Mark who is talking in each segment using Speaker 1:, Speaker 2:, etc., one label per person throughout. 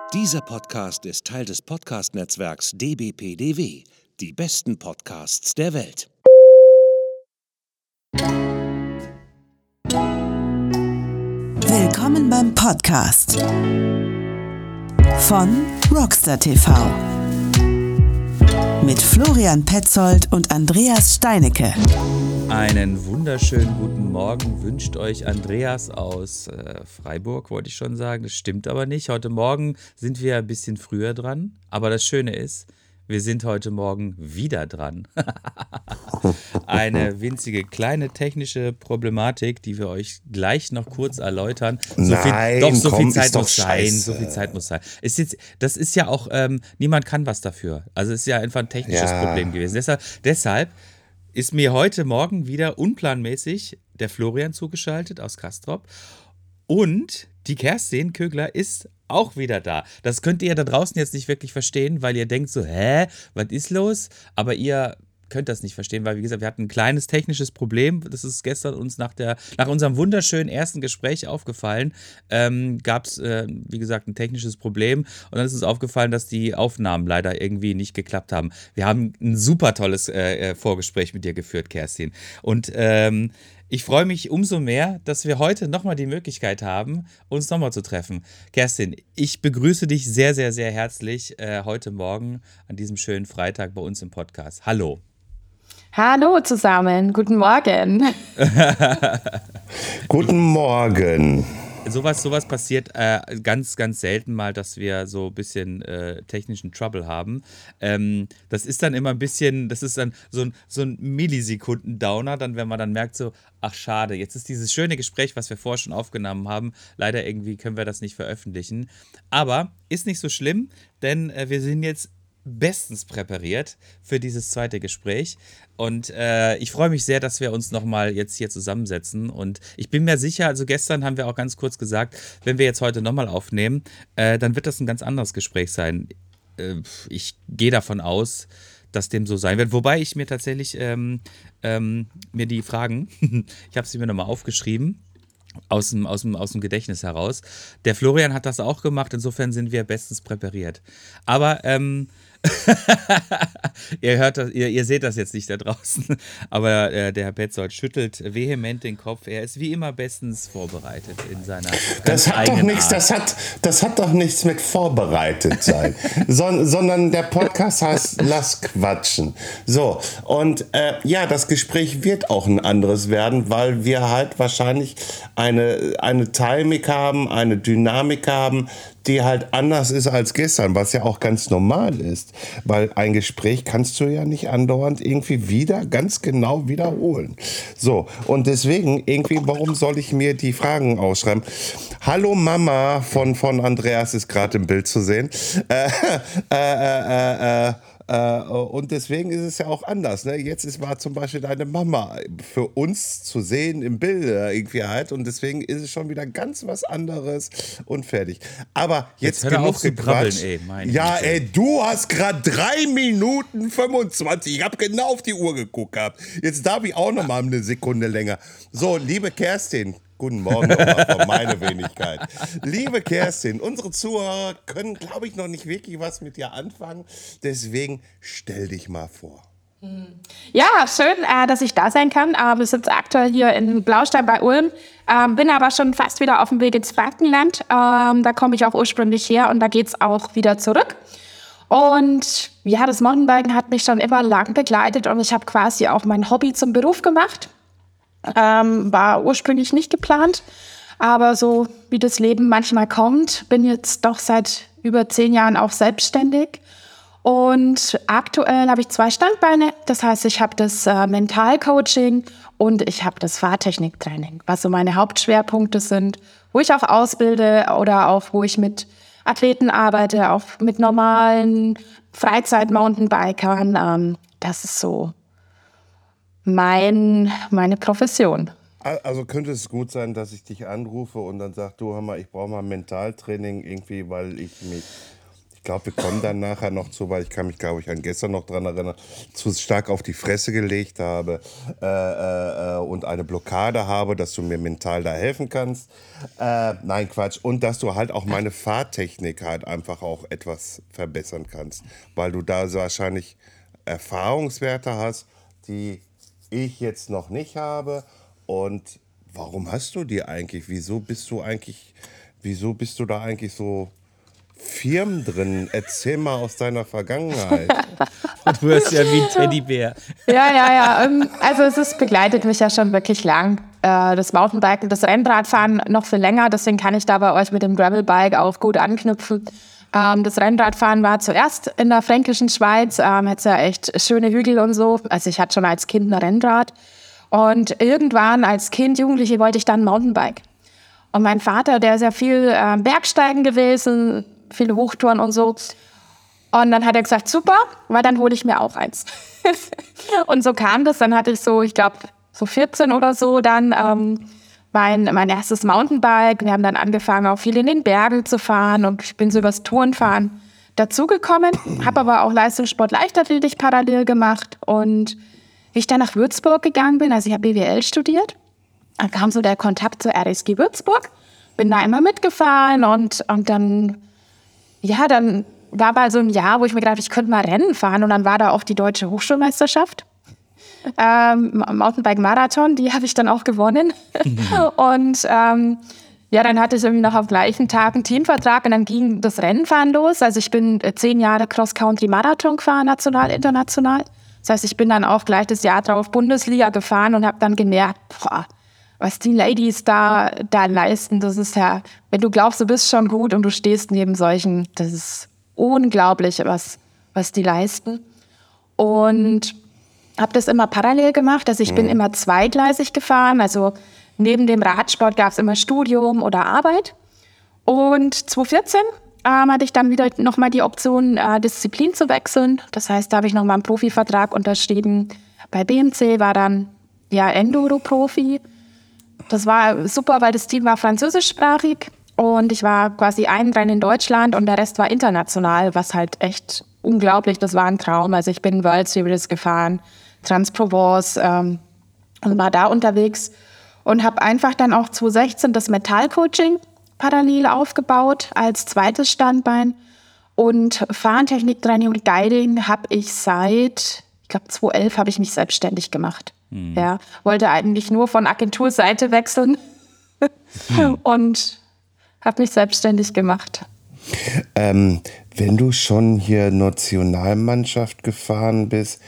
Speaker 1: Dieser Podcast ist Teil des Podcast-Netzwerks dbpdw, die besten Podcasts der Welt.
Speaker 2: Willkommen beim Podcast von Rockstar TV mit Florian Petzold und Andreas Steinecke.
Speaker 3: Einen wunderschönen guten Morgen wünscht euch Andreas aus Freiburg, wollte ich schon sagen. Das stimmt aber nicht. Heute Morgen sind wir ein bisschen früher dran. Aber das Schöne ist, wir sind heute Morgen wieder dran. Eine winzige kleine technische Problematik, die wir euch gleich noch kurz erläutern. So viel Zeit muss sein. Das ist ja auch, niemand kann was dafür. Also es ist ja einfach ein technisches Problem gewesen. Deshalb ist mir heute Morgen wieder unplanmäßig der Florian zugeschaltet aus Castrop und die Kerstin Kögler ist auch wieder da. Das könnt ihr da draußen jetzt nicht wirklich verstehen, weil ihr denkt so, was ist los? Aber ihr könnt das nicht verstehen, weil, wie gesagt, wir hatten ein kleines technisches Problem. Das ist gestern uns nach unserem wunderschönen ersten Gespräch aufgefallen. Gab es, wie gesagt, ein technisches Problem. Und dann ist uns aufgefallen, dass die Aufnahmen leider irgendwie nicht geklappt haben. Wir haben ein super tolles Vorgespräch mit dir geführt, Kerstin. Und ich freue mich umso mehr, dass wir heute nochmal die Möglichkeit haben, uns nochmal zu treffen. Kerstin, ich begrüße dich sehr, sehr, sehr herzlich heute Morgen an diesem schönen Freitag bei uns im Podcast. Hallo.
Speaker 4: Hallo zusammen, guten Morgen.
Speaker 5: Guten Morgen.
Speaker 3: Sowas passiert ganz, ganz selten mal, dass wir so ein bisschen technischen Trouble haben. Das ist dann immer ein bisschen, das ist dann so ein Millisekunden-Downer, dann, wenn man dann merkt so, ach schade, jetzt ist dieses schöne Gespräch, was wir vorher schon aufgenommen haben, leider irgendwie können wir das nicht veröffentlichen. Aber ist nicht so schlimm, denn wir sind jetzt bestens präpariert für dieses zweite Gespräch und ich freue mich sehr, dass wir uns nochmal jetzt hier zusammensetzen und ich bin mir sicher, also gestern haben wir auch ganz kurz gesagt, wenn wir jetzt heute nochmal aufnehmen, dann wird das ein ganz anderes Gespräch sein. Ich gehe davon aus, dass dem so sein wird, wobei ich mir tatsächlich mir die Fragen, ich habe sie mir nochmal aufgeschrieben, aus dem Gedächtnis heraus. Der Florian hat das auch gemacht, insofern sind wir bestens präpariert. Aber ihr hört das, ihr seht das jetzt nicht da draußen, aber der Herr Petzold schüttelt vehement den Kopf. Er ist wie immer bestens vorbereitet in seiner
Speaker 5: Das hat doch nichts mit vorbereitet sein, sondern der Podcast heißt Lass quatschen. So, und das Gespräch wird auch ein anderes werden, weil wir halt wahrscheinlich eine Timing haben, eine Dynamik haben, die halt anders ist als gestern, was ja auch ganz normal ist, weil ein Gespräch kannst du ja nicht andauernd irgendwie wieder ganz genau wiederholen. So, und deswegen irgendwie, warum soll ich mir die Fragen ausschreiben? Hallo Mama von Andreas ist gerade im Bild zu sehen. Und deswegen ist es ja auch anders. Ne? Jetzt war zum Beispiel deine Mama für uns zu sehen im Bild irgendwie halt. Und deswegen ist es schon wieder ganz was anderes und fertig. Aber jetzt genug gequatscht. Du hast gerade 3 Minuten 25. Ich habe genau auf die Uhr geguckt gehabt. Jetzt darf ich auch noch mal eine Sekunde länger. So, liebe Kerstin. Guten Morgen nochmal von meiner Wenigkeit. Liebe Kerstin, unsere Zuhörer können, glaube ich, noch nicht wirklich was mit dir anfangen. Deswegen stell dich mal vor.
Speaker 4: Ja, schön, dass ich da sein kann. Wir sind aktuell hier in Blaustein bei Ulm, bin aber schon fast wieder auf dem Weg ins Frankenland. Da komme ich auch ursprünglich her und da geht es auch wieder zurück. Und ja, das Mountainbiken hat mich schon immer lang begleitet und ich habe quasi auch mein Hobby zum Beruf gemacht. War ursprünglich nicht geplant, aber so wie das Leben manchmal kommt, bin jetzt doch seit über 10 Jahren auch selbstständig und aktuell habe ich 2 Standbeine, das heißt, ich habe das Mentalcoaching und ich habe das Fahrtechniktraining, was so meine Hauptschwerpunkte sind, wo ich auch ausbilde oder auch wo ich mit Athleten arbeite, auch mit normalen Freizeit-Mountainbikern, das ist so meine Profession.
Speaker 5: Also könnte es gut sein, dass ich dich anrufe und dann sage, du hör mal, ich brauche mal Mentaltraining irgendwie, weil ich glaube, wir kommen dann nachher noch zu, weil ich kann mich, glaube ich, an gestern noch dran erinnern, zu stark auf die Fresse gelegt habe und eine Blockade habe, dass du mir mental da helfen kannst. Nein, Quatsch. Und dass du halt auch meine Fahrtechnik halt einfach auch etwas verbessern kannst, weil du da so wahrscheinlich Erfahrungswerte hast, die ich jetzt noch nicht habe. Und warum hast du die eigentlich? Wieso bist du da eigentlich so firm drin? Erzähl mal aus deiner Vergangenheit.
Speaker 3: Du wirst ja wie ein Teddybär.
Speaker 4: Ja. Also es begleitet mich ja schon wirklich lang. Das Mountainbiken, das Rennradfahren noch viel länger. Deswegen kann ich da bei euch mit dem Gravelbike auch gut anknüpfen. Das Rennradfahren war zuerst in der fränkischen Schweiz. Hat's ja echt schöne Hügel und so. Also ich hatte schon als Kind ein Rennrad. Und irgendwann als Kind, Jugendliche, wollte ich dann ein Mountainbike. Und mein Vater, der ist ja viel Bergsteigen gewesen, viele Hochtouren und so. Und dann hat er gesagt, super, weil dann hole ich mir auch eins. Und so kam das. Dann hatte ich so, ich glaube, so 14 oder so dann mein erstes Mountainbike. Wir haben dann angefangen, auch viel in den Bergen zu fahren. Und ich bin so übers Tourenfahren dazugekommen. Habe aber auch Leistungssport Leichtathletik parallel gemacht. Und wie ich dann nach Würzburg gegangen bin, also ich habe BWL studiert, dann kam so der Kontakt zur RSG Würzburg. Bin da immer mitgefahren und dann war mal so ein Jahr, wo ich mir gedacht habe, ich könnte mal Rennen fahren. Und dann war da auch die Deutsche Hochschulmeisterschaft. Mountainbike-Marathon, die habe ich dann auch gewonnen. Und dann hatte ich irgendwie noch am gleichen Tag einen Teamvertrag und dann ging das Rennenfahren los. Also ich bin 10 Jahre Cross-Country-Marathon gefahren, national, international. Das heißt, ich bin dann auch gleich das Jahr drauf Bundesliga gefahren und habe dann gemerkt, was die Ladies da leisten, das ist ja, wenn du glaubst, du bist schon gut und du stehst neben solchen, das ist unglaublich, was die leisten. Und habe das immer parallel gemacht, also ich bin immer zweigleisig gefahren, also neben dem Radsport gab es immer Studium oder Arbeit. Und 2014 hatte ich dann wieder nochmal die Option, Disziplin zu wechseln. Das heißt, da habe ich nochmal einen Profivertrag unterschrieben. Bei BMC war dann Enduro-Profi. Das war super, weil das Team war französischsprachig und ich war quasi ein Rennen in Deutschland und der Rest war international, was halt echt unglaublich, das war ein Traum. Also ich bin World Series gefahren, Trans-Provence und war da unterwegs und habe einfach dann auch 2016 das Metallcoaching parallel aufgebaut als zweites Standbein und Fahrentechniktraining und Guiding habe ich seit, ich glaube 2011 habe ich mich selbstständig gemacht. Ja, wollte eigentlich nur von Agenturseite wechseln und habe mich selbstständig gemacht.
Speaker 5: Wenn du schon hier Nationalmannschaft gefahren bist,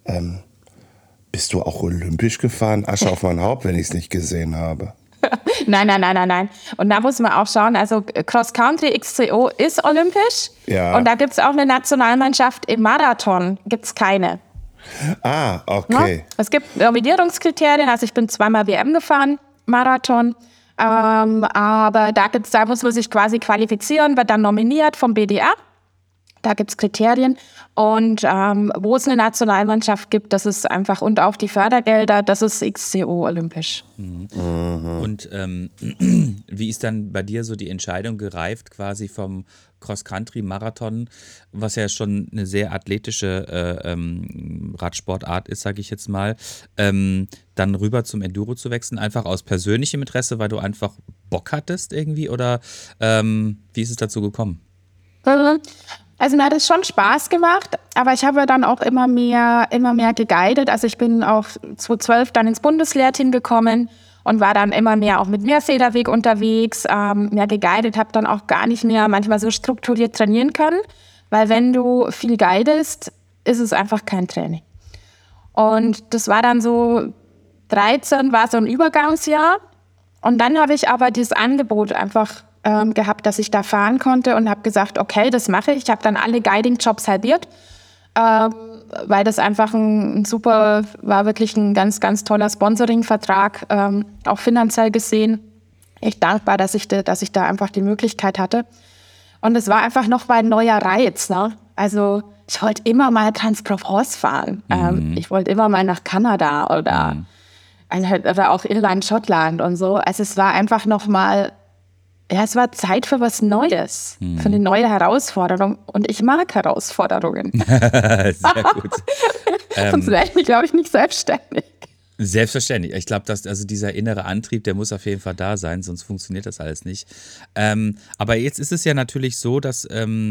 Speaker 5: bist du auch olympisch gefahren? Asche auf mein Haupt, wenn ich es nicht gesehen habe.
Speaker 4: Nein. Und da muss man auch schauen, also Cross Country XCO ist olympisch und da gibt es auch eine Nationalmannschaft. Im Marathon gibt es keine.
Speaker 5: Ah, okay.
Speaker 4: Ja, es gibt Nominierungskriterien, also ich bin 2-mal WM gefahren, Marathon, aber da muss man sich quasi qualifizieren, wird dann nominiert vom BDA. Da gibt es Kriterien und wo es eine Nationalmannschaft gibt, das ist einfach, und auch die Fördergelder, das ist XCO olympisch.
Speaker 3: Und wie ist dann bei dir so die Entscheidung gereift, quasi vom Cross-Country-Marathon, was ja schon eine sehr athletische Radsportart ist, sage ich jetzt mal, dann rüber zum Enduro zu wechseln, einfach aus persönlichem Interesse, weil du einfach Bock hattest irgendwie, oder wie ist es dazu gekommen?
Speaker 4: Also mir hat es schon Spaß gemacht, aber ich habe dann auch immer mehr geguidet. Also ich bin auch 2012 dann ins Bundeslehrteam gekommen und war dann immer mehr auch mit Mehrfederweg unterwegs, mehr geguidet, habe dann auch gar nicht mehr manchmal so strukturiert trainieren können, weil wenn du viel guidest, ist es einfach kein Training. Und das war dann so, 13 war so ein Übergangsjahr und dann habe ich aber dieses Angebot einfach gehabt, dass ich da fahren konnte und habe gesagt, okay, das mache ich. Ich habe dann alle Guiding-Jobs halbiert, weil das einfach war wirklich ein ganz, ganz toller Sponsoring-Vertrag, auch finanziell gesehen. Echt dankbar, dass ich da einfach die Möglichkeit hatte. Und es war einfach noch mal ein neuer Reiz, ne? Also ich wollte immer mal Trans-Provence fahren. Ich wollte immer mal nach Kanada oder auch Irland, Schottland und so. Also es war einfach noch mal es war Zeit für was Neues, für eine neue Herausforderung. Und ich mag Herausforderungen.
Speaker 3: Sehr gut.
Speaker 4: Sonst wäre ich, glaube ich, nicht selbstständig.
Speaker 3: Selbstverständlich. Ich glaube, dass also dieser innere Antrieb, der muss auf jeden Fall da sein, sonst funktioniert das alles nicht. Aber jetzt ist es ja natürlich so, dass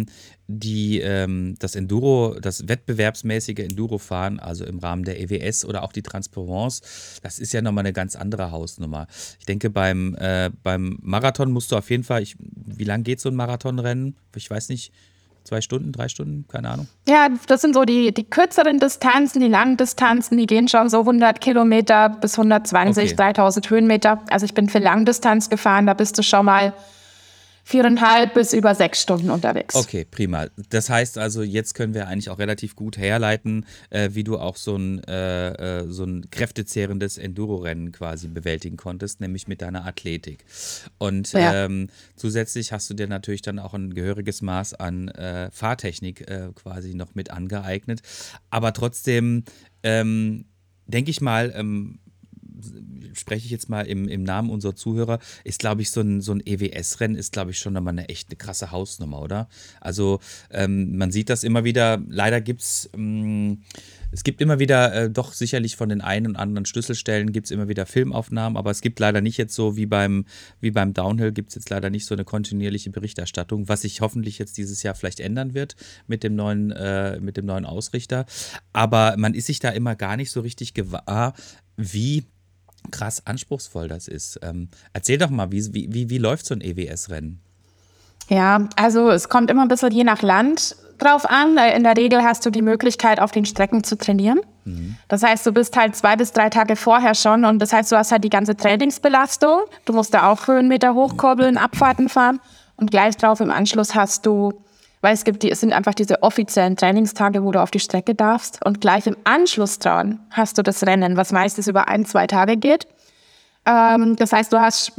Speaker 3: das Enduro, das wettbewerbsmäßige Endurofahren, also im Rahmen der EWS oder auch die Transparence, das ist ja nochmal eine ganz andere Hausnummer. Ich denke, beim Marathon musst du auf jeden Fall, wie lang geht so ein Marathonrennen? Ich weiß nicht, 2 Stunden, 3 Stunden, keine Ahnung.
Speaker 4: Ja, das sind so die kürzeren Distanzen, die langen Distanzen, die gehen schon so 100 Kilometer bis 120, 3000 Höhenmeter. Also ich bin für Langdistanz gefahren, da bist du schon mal 4,5 bis über 6 Stunden unterwegs.
Speaker 3: Okay, prima. Das heißt also, jetzt können wir eigentlich auch relativ gut herleiten, wie du auch so ein kräftezehrendes Enduro-Rennen quasi bewältigen konntest, nämlich mit deiner Athletik. Und zusätzlich hast du dir natürlich dann auch ein gehöriges Maß an Fahrtechnik quasi noch mit angeeignet. Aber trotzdem, denke ich mal, spreche ich jetzt mal im Namen unserer Zuhörer, ist, glaube ich, so ein EWS-Rennen ist, glaube ich, schon nochmal eine krasse Hausnummer, oder? Also man sieht das immer wieder, leider es gibt immer wieder, doch sicherlich von den einen und anderen Schlüsselstellen gibt es immer wieder Filmaufnahmen, aber es gibt leider nicht jetzt so wie beim Downhill gibt es jetzt leider nicht so eine kontinuierliche Berichterstattung, was sich hoffentlich jetzt dieses Jahr vielleicht ändern wird mit dem neuen Ausrichter. Aber man ist sich da immer gar nicht so richtig gewahr, wie krass anspruchsvoll das ist. Erzähl doch mal, wie läuft so ein EWS-Rennen?
Speaker 4: Ja, also es kommt immer ein bisschen je nach Land drauf an. In der Regel hast du die Möglichkeit, auf den Strecken zu trainieren. Das heißt, du bist halt 2 bis 3 Tage vorher schon und das heißt, du hast halt die ganze Trainingsbelastung. Du musst da auch Höhenmeter hochkurbeln, Abfahrten fahren und gleich drauf im Anschluss hast du, weil es sind einfach diese offiziellen Trainingstage, wo du auf die Strecke darfst und gleich im Anschluss dran hast du das Rennen, was meistens über 1-2 Tage geht. Das heißt,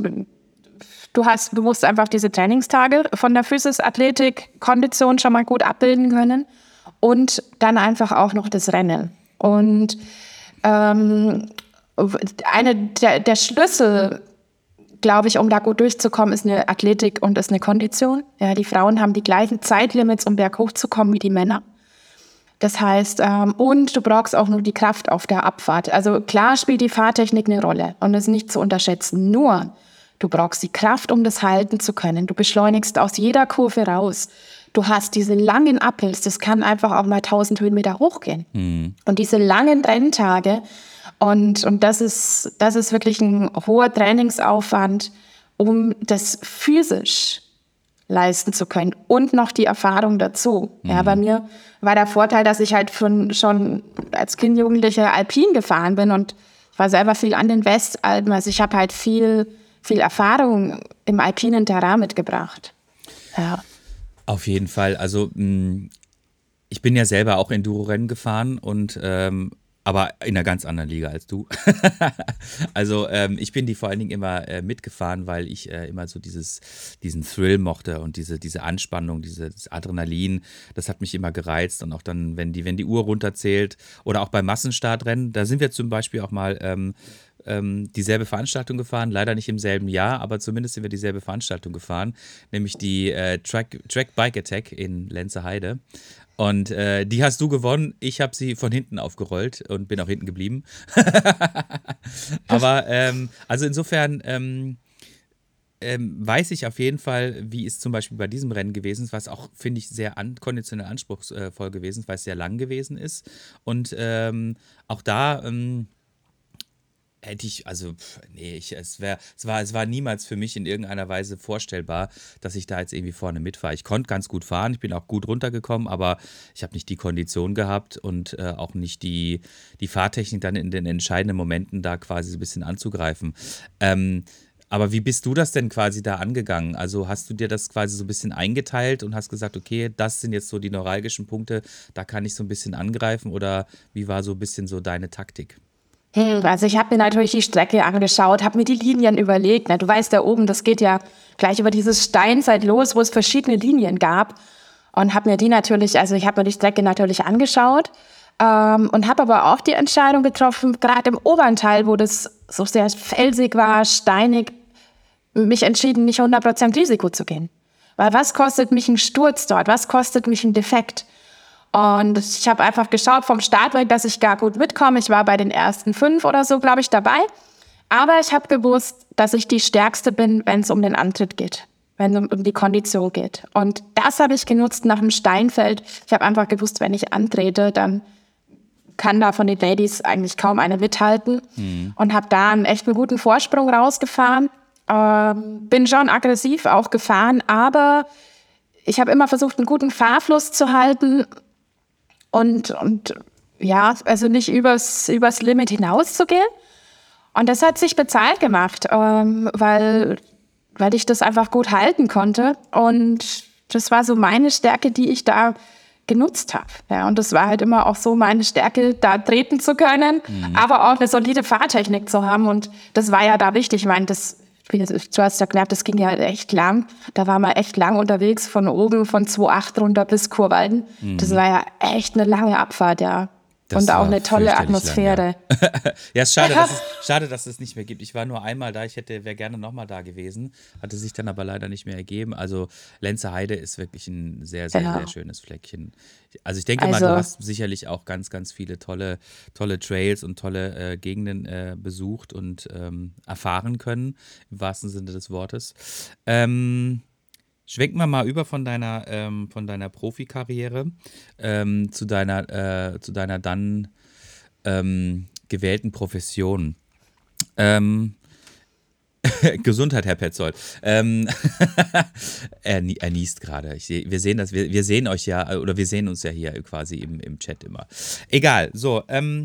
Speaker 4: du musst einfach diese Trainingstage von der Physis, Athletik, Kondition schon mal gut abbilden können und dann einfach auch noch das Rennen. Und eine der Schlüssel, glaube ich, um da gut durchzukommen, ist eine Athletik und ist eine Kondition. Ja, die Frauen haben die gleichen Zeitlimits, um berghoch zu kommen wie die Männer. Das heißt, und du brauchst auch nur die Kraft auf der Abfahrt. Also klar spielt die Fahrtechnik eine Rolle und ist nicht zu unterschätzen. Nur, du brauchst die Kraft, um das halten zu können. Du beschleunigst aus jeder Kurve raus. Du hast diese langen Uphills, das kann einfach auch mal 1000 Höhenmeter hochgehen. Und diese langen Renntage, und das ist wirklich ein hoher Trainingsaufwand, um das physisch leisten zu können und noch die Erfahrung dazu. Ja, bei mir war der Vorteil, dass ich halt schon als Kind, Jugendliche alpin gefahren bin und ich war selber viel an den Westalpen. Also ich habe halt viel Erfahrung im alpinen Terrain mitgebracht. Ja.
Speaker 3: Auf jeden Fall. Also ich bin ja selber auch Enduro-Rennen gefahren und aber in einer ganz anderen Liga als du. Also ich bin die vor allen Dingen immer mitgefahren, weil ich immer so diesen Thrill mochte und diese Anspannung, dieses Adrenalin, das hat mich immer gereizt. Und auch dann, wenn die Uhr runterzählt oder auch beim Massenstartrennen, da sind wir zum Beispiel auch mal dieselbe Veranstaltung gefahren, leider nicht im selben Jahr, aber zumindest sind wir dieselbe Veranstaltung gefahren, nämlich die Track Bike Attack in Lenzerheide. Und die hast du gewonnen, ich habe sie von hinten aufgerollt und bin auch hinten geblieben. Aber also insofern weiß ich auf jeden Fall, wie es zum Beispiel bei diesem Rennen gewesen ist, was auch, finde ich, sehr konditionell anspruchsvoll gewesen ist, weil es sehr lang gewesen ist. Und auch da hätte ich, also, nee, es war niemals für mich in irgendeiner Weise vorstellbar, dass ich da jetzt irgendwie vorne mitfahre. Ich konnte ganz gut fahren, ich bin auch gut runtergekommen, aber ich habe nicht die Kondition gehabt und auch nicht die Fahrtechnik dann in den entscheidenden Momenten da quasi so ein bisschen anzugreifen. Aber wie bist du das denn quasi da angegangen? Also hast du dir das quasi so ein bisschen eingeteilt und hast gesagt, okay, das sind jetzt so die neuralgischen Punkte, da kann ich so ein bisschen angreifen, oder wie war so ein bisschen so deine Taktik?
Speaker 4: Also ich habe mir natürlich die Strecke angeschaut, habe mir die Linien überlegt. Du weißt ja oben, das geht ja gleich über dieses Steinzeit los, wo es verschiedene Linien gab. Und habe mir ich habe mir die Strecke natürlich angeschaut und habe aber auch die Entscheidung getroffen, gerade im oberen Teil, wo das so sehr felsig war, steinig, mich entschieden, nicht 100% Risiko zu gehen. Weil was kostet mich ein Sturz dort? Was kostet mich ein Defekt? Und ich habe einfach geschaut vom Start weg, dass ich gar gut mitkomme. Ich war bei den ersten 5 oder so, glaube ich, dabei. Aber ich habe gewusst, dass ich die Stärkste bin, wenn es um den Antritt geht, wenn es um die Kondition geht. Und das habe ich genutzt nach dem Steinfeld. Ich habe einfach gewusst, wenn ich antrete, dann kann da von den Ladies eigentlich kaum eine mithalten. Und habe da einen echt guten Vorsprung rausgefahren. Bin schon aggressiv auch gefahren, aber ich habe immer versucht, einen guten Fahrfluss zu halten und ja, also nicht übers Limit hinauszugehen. Und das hat sich bezahlt gemacht, weil ich das einfach gut halten konnte. Und das war so meine Stärke, die ich da genutzt habe. Ja, und das war halt immer auch so meine Stärke, da treten zu können, aber auch eine solide Fahrtechnik zu haben. Und das war ja da wichtig. Ich meine, du hast ja gemerkt, das ging ja echt lang. Da waren wir echt lang unterwegs, von oben, von 2,8 runter bis Kurwalden. Das war ja echt eine lange Abfahrt, ja. Und auch eine tolle Atmosphäre.
Speaker 3: Lang, ja. Ja, es ist schade, dass es nicht mehr gibt. Ich war nur einmal da, wäre gerne nochmal da gewesen, hatte sich dann aber leider nicht mehr ergeben. Also Lenzer Heide ist wirklich ein sehr, sehr, sehr schönes Fleckchen. Also ich denke mal, du hast sicherlich auch ganz, ganz viele tolle Trails und tolle Gegenden besucht und erfahren können, im wahrsten Sinne des Wortes. Schwenken wir mal über von deiner Profikarriere zu deiner dann gewählten Profession. Gesundheit, Herr Petzold. Er niest gerade. Wir sehen uns ja hier quasi im Chat immer. Egal, so,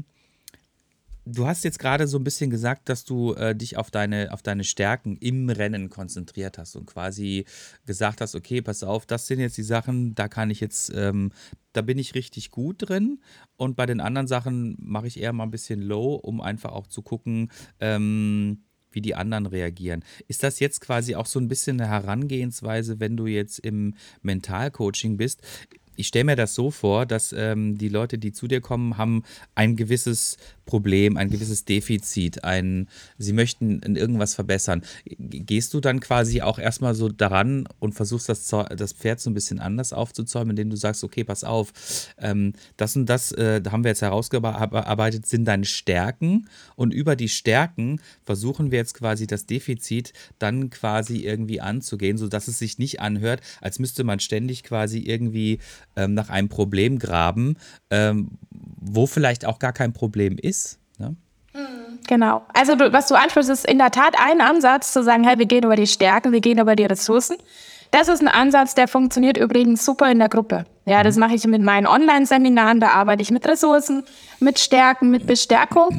Speaker 3: du hast jetzt gerade so ein bisschen gesagt, dass du dich auf deine Stärken im Rennen konzentriert hast und quasi gesagt hast, okay, pass auf, das sind jetzt die Sachen, da kann ich jetzt, da bin ich richtig gut drin, und bei den anderen Sachen mache ich eher mal ein bisschen low, um einfach auch zu gucken, wie die anderen reagieren. Ist das jetzt quasi auch so ein bisschen eine Herangehensweise, wenn du jetzt im Mentalcoaching bist? Ich stelle mir das so vor, dass die Leute, die zu dir kommen, haben ein gewisses Problem, ein gewisses Defizit, sie möchten in irgendwas verbessern. Gehst du dann quasi auch erstmal so daran und versuchst das Pferd so ein bisschen anders aufzuzäumen, indem du sagst, okay, pass auf, das und das, da haben wir jetzt herausgearbeitet, sind deine Stärken, und über die Stärken versuchen wir jetzt quasi das Defizit dann quasi irgendwie anzugehen, sodass es sich nicht anhört, als müsste man ständig quasi irgendwie nach einem Problem graben, wo vielleicht auch gar kein Problem ist. Ne?
Speaker 4: Genau. Also was du ansprichst, ist in der Tat ein Ansatz, zu sagen, hey, wir gehen über die Stärken, wir gehen über die Ressourcen. Das ist ein Ansatz, der funktioniert übrigens super in der Gruppe. Ja, das mache ich mit meinen Online-Seminaren, da arbeite ich mit Ressourcen, mit Stärken, mit Bestärkung.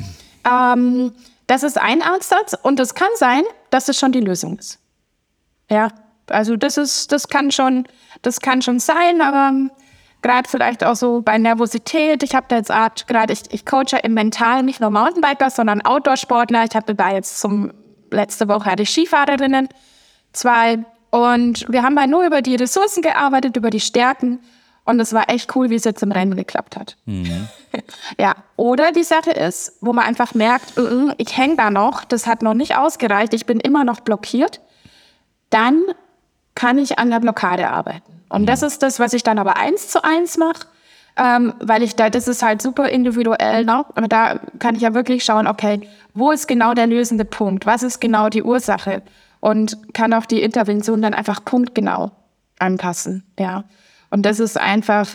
Speaker 4: Das ist ein Ansatz, und es kann sein, dass es schon die Lösung ist. Ja, also das kann schon sein, aber gerade vielleicht auch so bei Nervosität. Ich habe da jetzt gerade, ich coache im Mental nicht nur Mountainbiker, sondern Outdoor-Sportler. Ich habe da jetzt letzte Woche hatte ich Skifahrerinnen, 2. Und wir haben nur über die Ressourcen gearbeitet, über die Stärken. Und es war echt cool, wie es jetzt im Rennen geklappt hat. Ja, oder die Sache ist, wo man einfach merkt, ich hänge da noch, das hat noch nicht ausgereicht, ich bin immer noch blockiert. Dann kann ich an der Blockade arbeiten. Und das ist das, was ich dann aber 1:1 mache, weil das ist halt super individuell noch. Aber da kann ich ja wirklich schauen, okay, wo ist genau der lösende Punkt? Was ist genau die Ursache? Und kann auch die Intervention dann einfach punktgenau anpassen. Ja. Und das ist einfach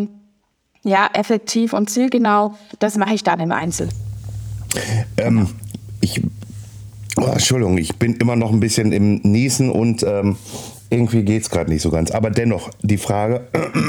Speaker 4: effektiv und zielgenau. Das mache ich dann im Einzel.
Speaker 5: Entschuldigung, ich bin immer noch ein bisschen im Niesen und irgendwie geht es gerade nicht so ganz. Aber dennoch, die Frage,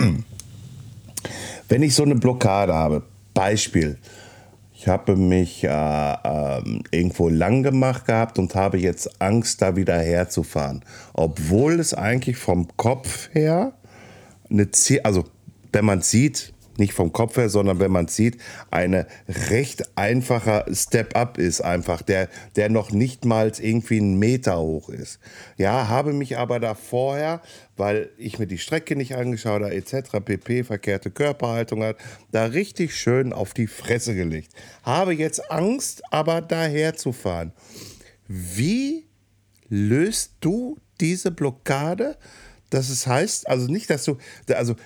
Speaker 5: wenn ich so eine Blockade habe, Beispiel, ich habe mich irgendwo lang gemacht gehabt und habe jetzt Angst, da wieder herzufahren. Obwohl es eigentlich vom Kopf her also wenn man sieht, nicht vom Kopf her, sondern wenn man sieht, eine recht einfacher Step-Up ist einfach, der noch nicht mal irgendwie 1 Meter hoch ist. Ja, habe mich aber da vorher, weil ich mir die Strecke nicht angeschaut habe, etc., pp., verkehrte Körperhaltung hat, da richtig schön auf die Fresse gelegt. Habe jetzt Angst, aber daher zu fahren. Wie löst du diese Blockade? Das heißt, also nicht, dass du, also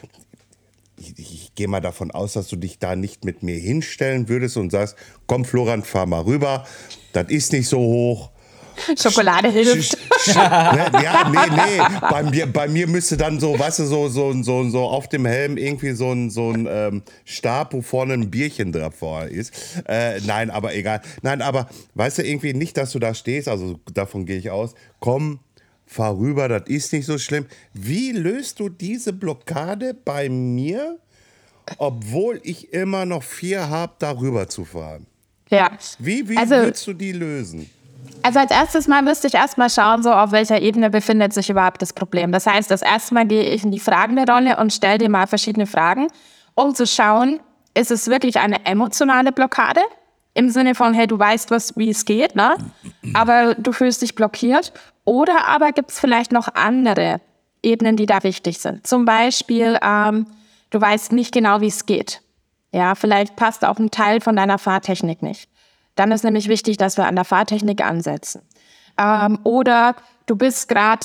Speaker 5: ich gehe mal davon aus, dass du dich da nicht mit mir hinstellen würdest und sagst, komm Florian, fahr mal rüber, das ist nicht so hoch.
Speaker 4: Schokolade hilft.
Speaker 5: Ja, nee. Bei mir müsste dann so, weißt du, so auf dem Helm irgendwie so ein Stab, wo vorne ein Bierchen davor ist. Nein, aber egal. Nein, aber weißt du, irgendwie nicht, dass du da stehst, also davon gehe ich aus, komm, fahr rüber, das ist nicht so schlimm. Wie löst du diese Blockade bei mir, obwohl ich immer noch 4 habe, da rüber zu fahren?
Speaker 4: Ja.
Speaker 5: Wie willst du die lösen?
Speaker 4: Also als erstes Mal müsste ich erstmal schauen, so auf welcher Ebene befindet sich überhaupt das Problem. Das heißt, das erste Mal gehe ich in die fragende Rolle und stelle dir mal verschiedene Fragen, um zu schauen, ist es wirklich eine emotionale Blockade? Im Sinne von, hey, du weißt, wie es geht, ne? Aber du fühlst dich blockiert. Oder aber gibt es vielleicht noch andere Ebenen, die da wichtig sind. Zum Beispiel, du weißt nicht genau, wie es geht. Ja, vielleicht passt auch ein Teil von deiner Fahrtechnik nicht. Dann ist nämlich wichtig, dass wir an der Fahrtechnik ansetzen. Oder du bist gerade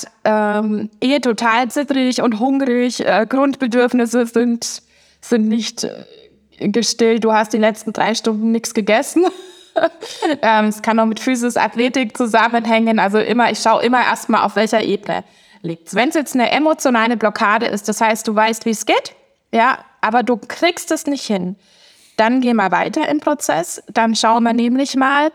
Speaker 4: total zittrig und hungrig, Grundbedürfnisse sind nicht gestillt, du hast die letzten 3 Stunden nichts gegessen. Es kann auch mit Physis, Athletik zusammenhängen. Also ich schaue immer erstmal, auf welcher Ebene liegt es. Wenn es jetzt eine emotionale Blockade ist, das heißt, du weißt, wie es geht, ja, aber du kriegst es nicht hin, dann gehen wir weiter im Prozess. Dann schauen wir nämlich mal,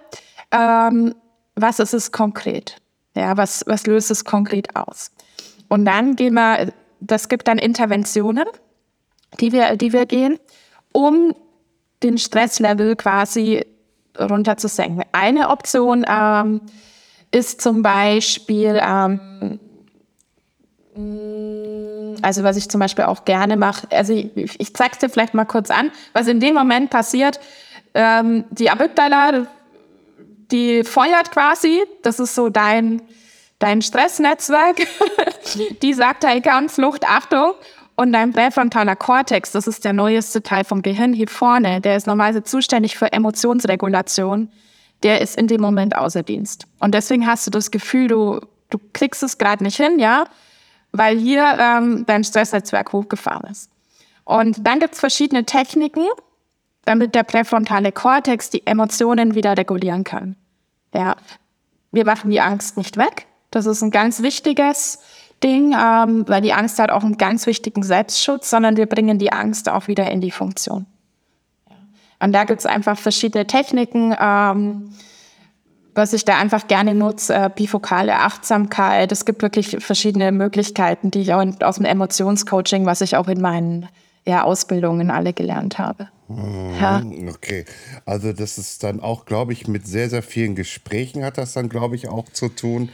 Speaker 4: was ist es konkret? Ja, was löst es konkret aus? Und dann das gibt dann Interventionen, die wir gehen, um den Stresslevel quasi runterzusenken. Eine Option ist zum Beispiel, also was ich zum Beispiel auch gerne mache, also ich zeige es dir vielleicht mal kurz an, was in dem Moment passiert. Die Amygdala, die feuert quasi, das ist so dein Stressnetzwerk, die sagt, hey, ganz Flucht, Achtung. Und dein präfrontaler Kortex, das ist der neueste Teil vom Gehirn hier vorne, der ist normalerweise zuständig für Emotionsregulation, der ist in dem Moment außer Dienst. Und deswegen hast du das Gefühl, du kriegst es gerade nicht hin, ja, weil hier dein Stressnetzwerk hochgefahren ist. Und dann gibt es verschiedene Techniken, damit der präfrontale Kortex die Emotionen wieder regulieren kann. Ja, wir machen die Angst nicht weg. Das ist ein ganz wichtiges Ding, weil die Angst hat auch einen ganz wichtigen Selbstschutz, sondern wir bringen die Angst auch wieder in die Funktion. Ja. Und da gibt es einfach verschiedene Techniken, was ich da einfach gerne nutze, bifokale Achtsamkeit. Es gibt wirklich verschiedene Möglichkeiten, die ich auch aus dem Emotionscoaching, was ich auch in meinen Ausbildungen alle gelernt habe. Ja.
Speaker 5: Okay, also das ist dann auch, glaube ich, mit sehr, sehr vielen Gesprächen hat das dann, glaube ich, auch zu tun.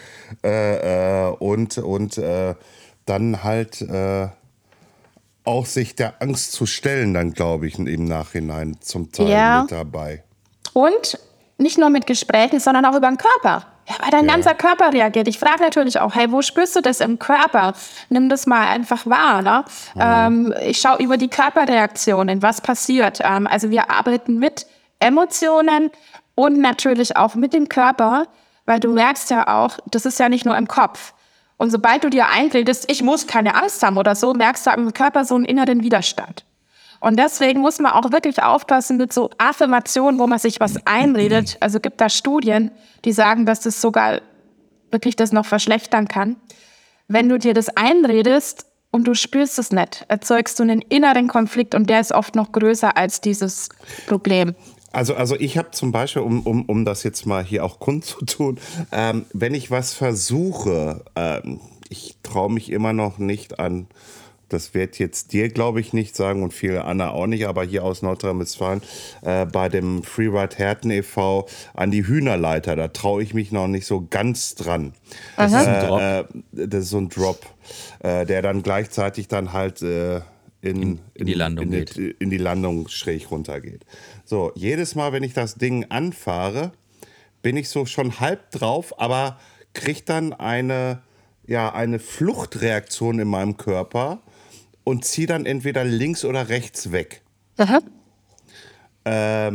Speaker 5: Und dann halt auch sich der Angst zu stellen, dann, glaube ich, im Nachhinein zum Teil mit dabei.
Speaker 4: Und nicht nur mit Gesprächen, sondern auch über den Körper. Ja, weil dein ganzer Körper reagiert. Ich frage natürlich auch, hey, wo spürst du das im Körper? Nimm das mal einfach wahr. Ne? Ich schaue über die Körperreaktionen, was passiert. Also wir arbeiten mit Emotionen und natürlich auch mit dem Körper, weil du merkst ja auch, das ist ja nicht nur im Kopf. Und sobald du dir einredest, ich muss keine Angst haben oder so, merkst du im Körper so einen inneren Widerstand. Und deswegen muss man auch wirklich aufpassen mit so Affirmationen, wo man sich was einredet. Also gibt da Studien, die sagen, dass das sogar wirklich das noch verschlechtern kann. Wenn du dir das einredest und du spürst es nicht, erzeugst du einen inneren Konflikt und der ist oft noch größer als dieses Problem.
Speaker 5: Also ich habe zum Beispiel, um das jetzt mal hier auch kundzutun, wenn ich was versuche, ich traue mich immer noch nicht an. Das wird jetzt dir, glaube ich, nicht sagen und viele Anna auch nicht, aber hier aus Nordrhein-Westfalen bei dem Freeride Herten e.V. an die Hühnerleiter, da traue ich mich noch nicht so ganz dran. Das ist ein Drop. Das ist so ein Drop, der dann gleichzeitig dann halt in die Landung schräg runtergeht. So, jedes Mal, wenn ich das Ding anfahre, bin ich so schon halb drauf, aber kriege dann eine Fluchtreaktion in meinem Körper und ziehe dann entweder links oder rechts weg.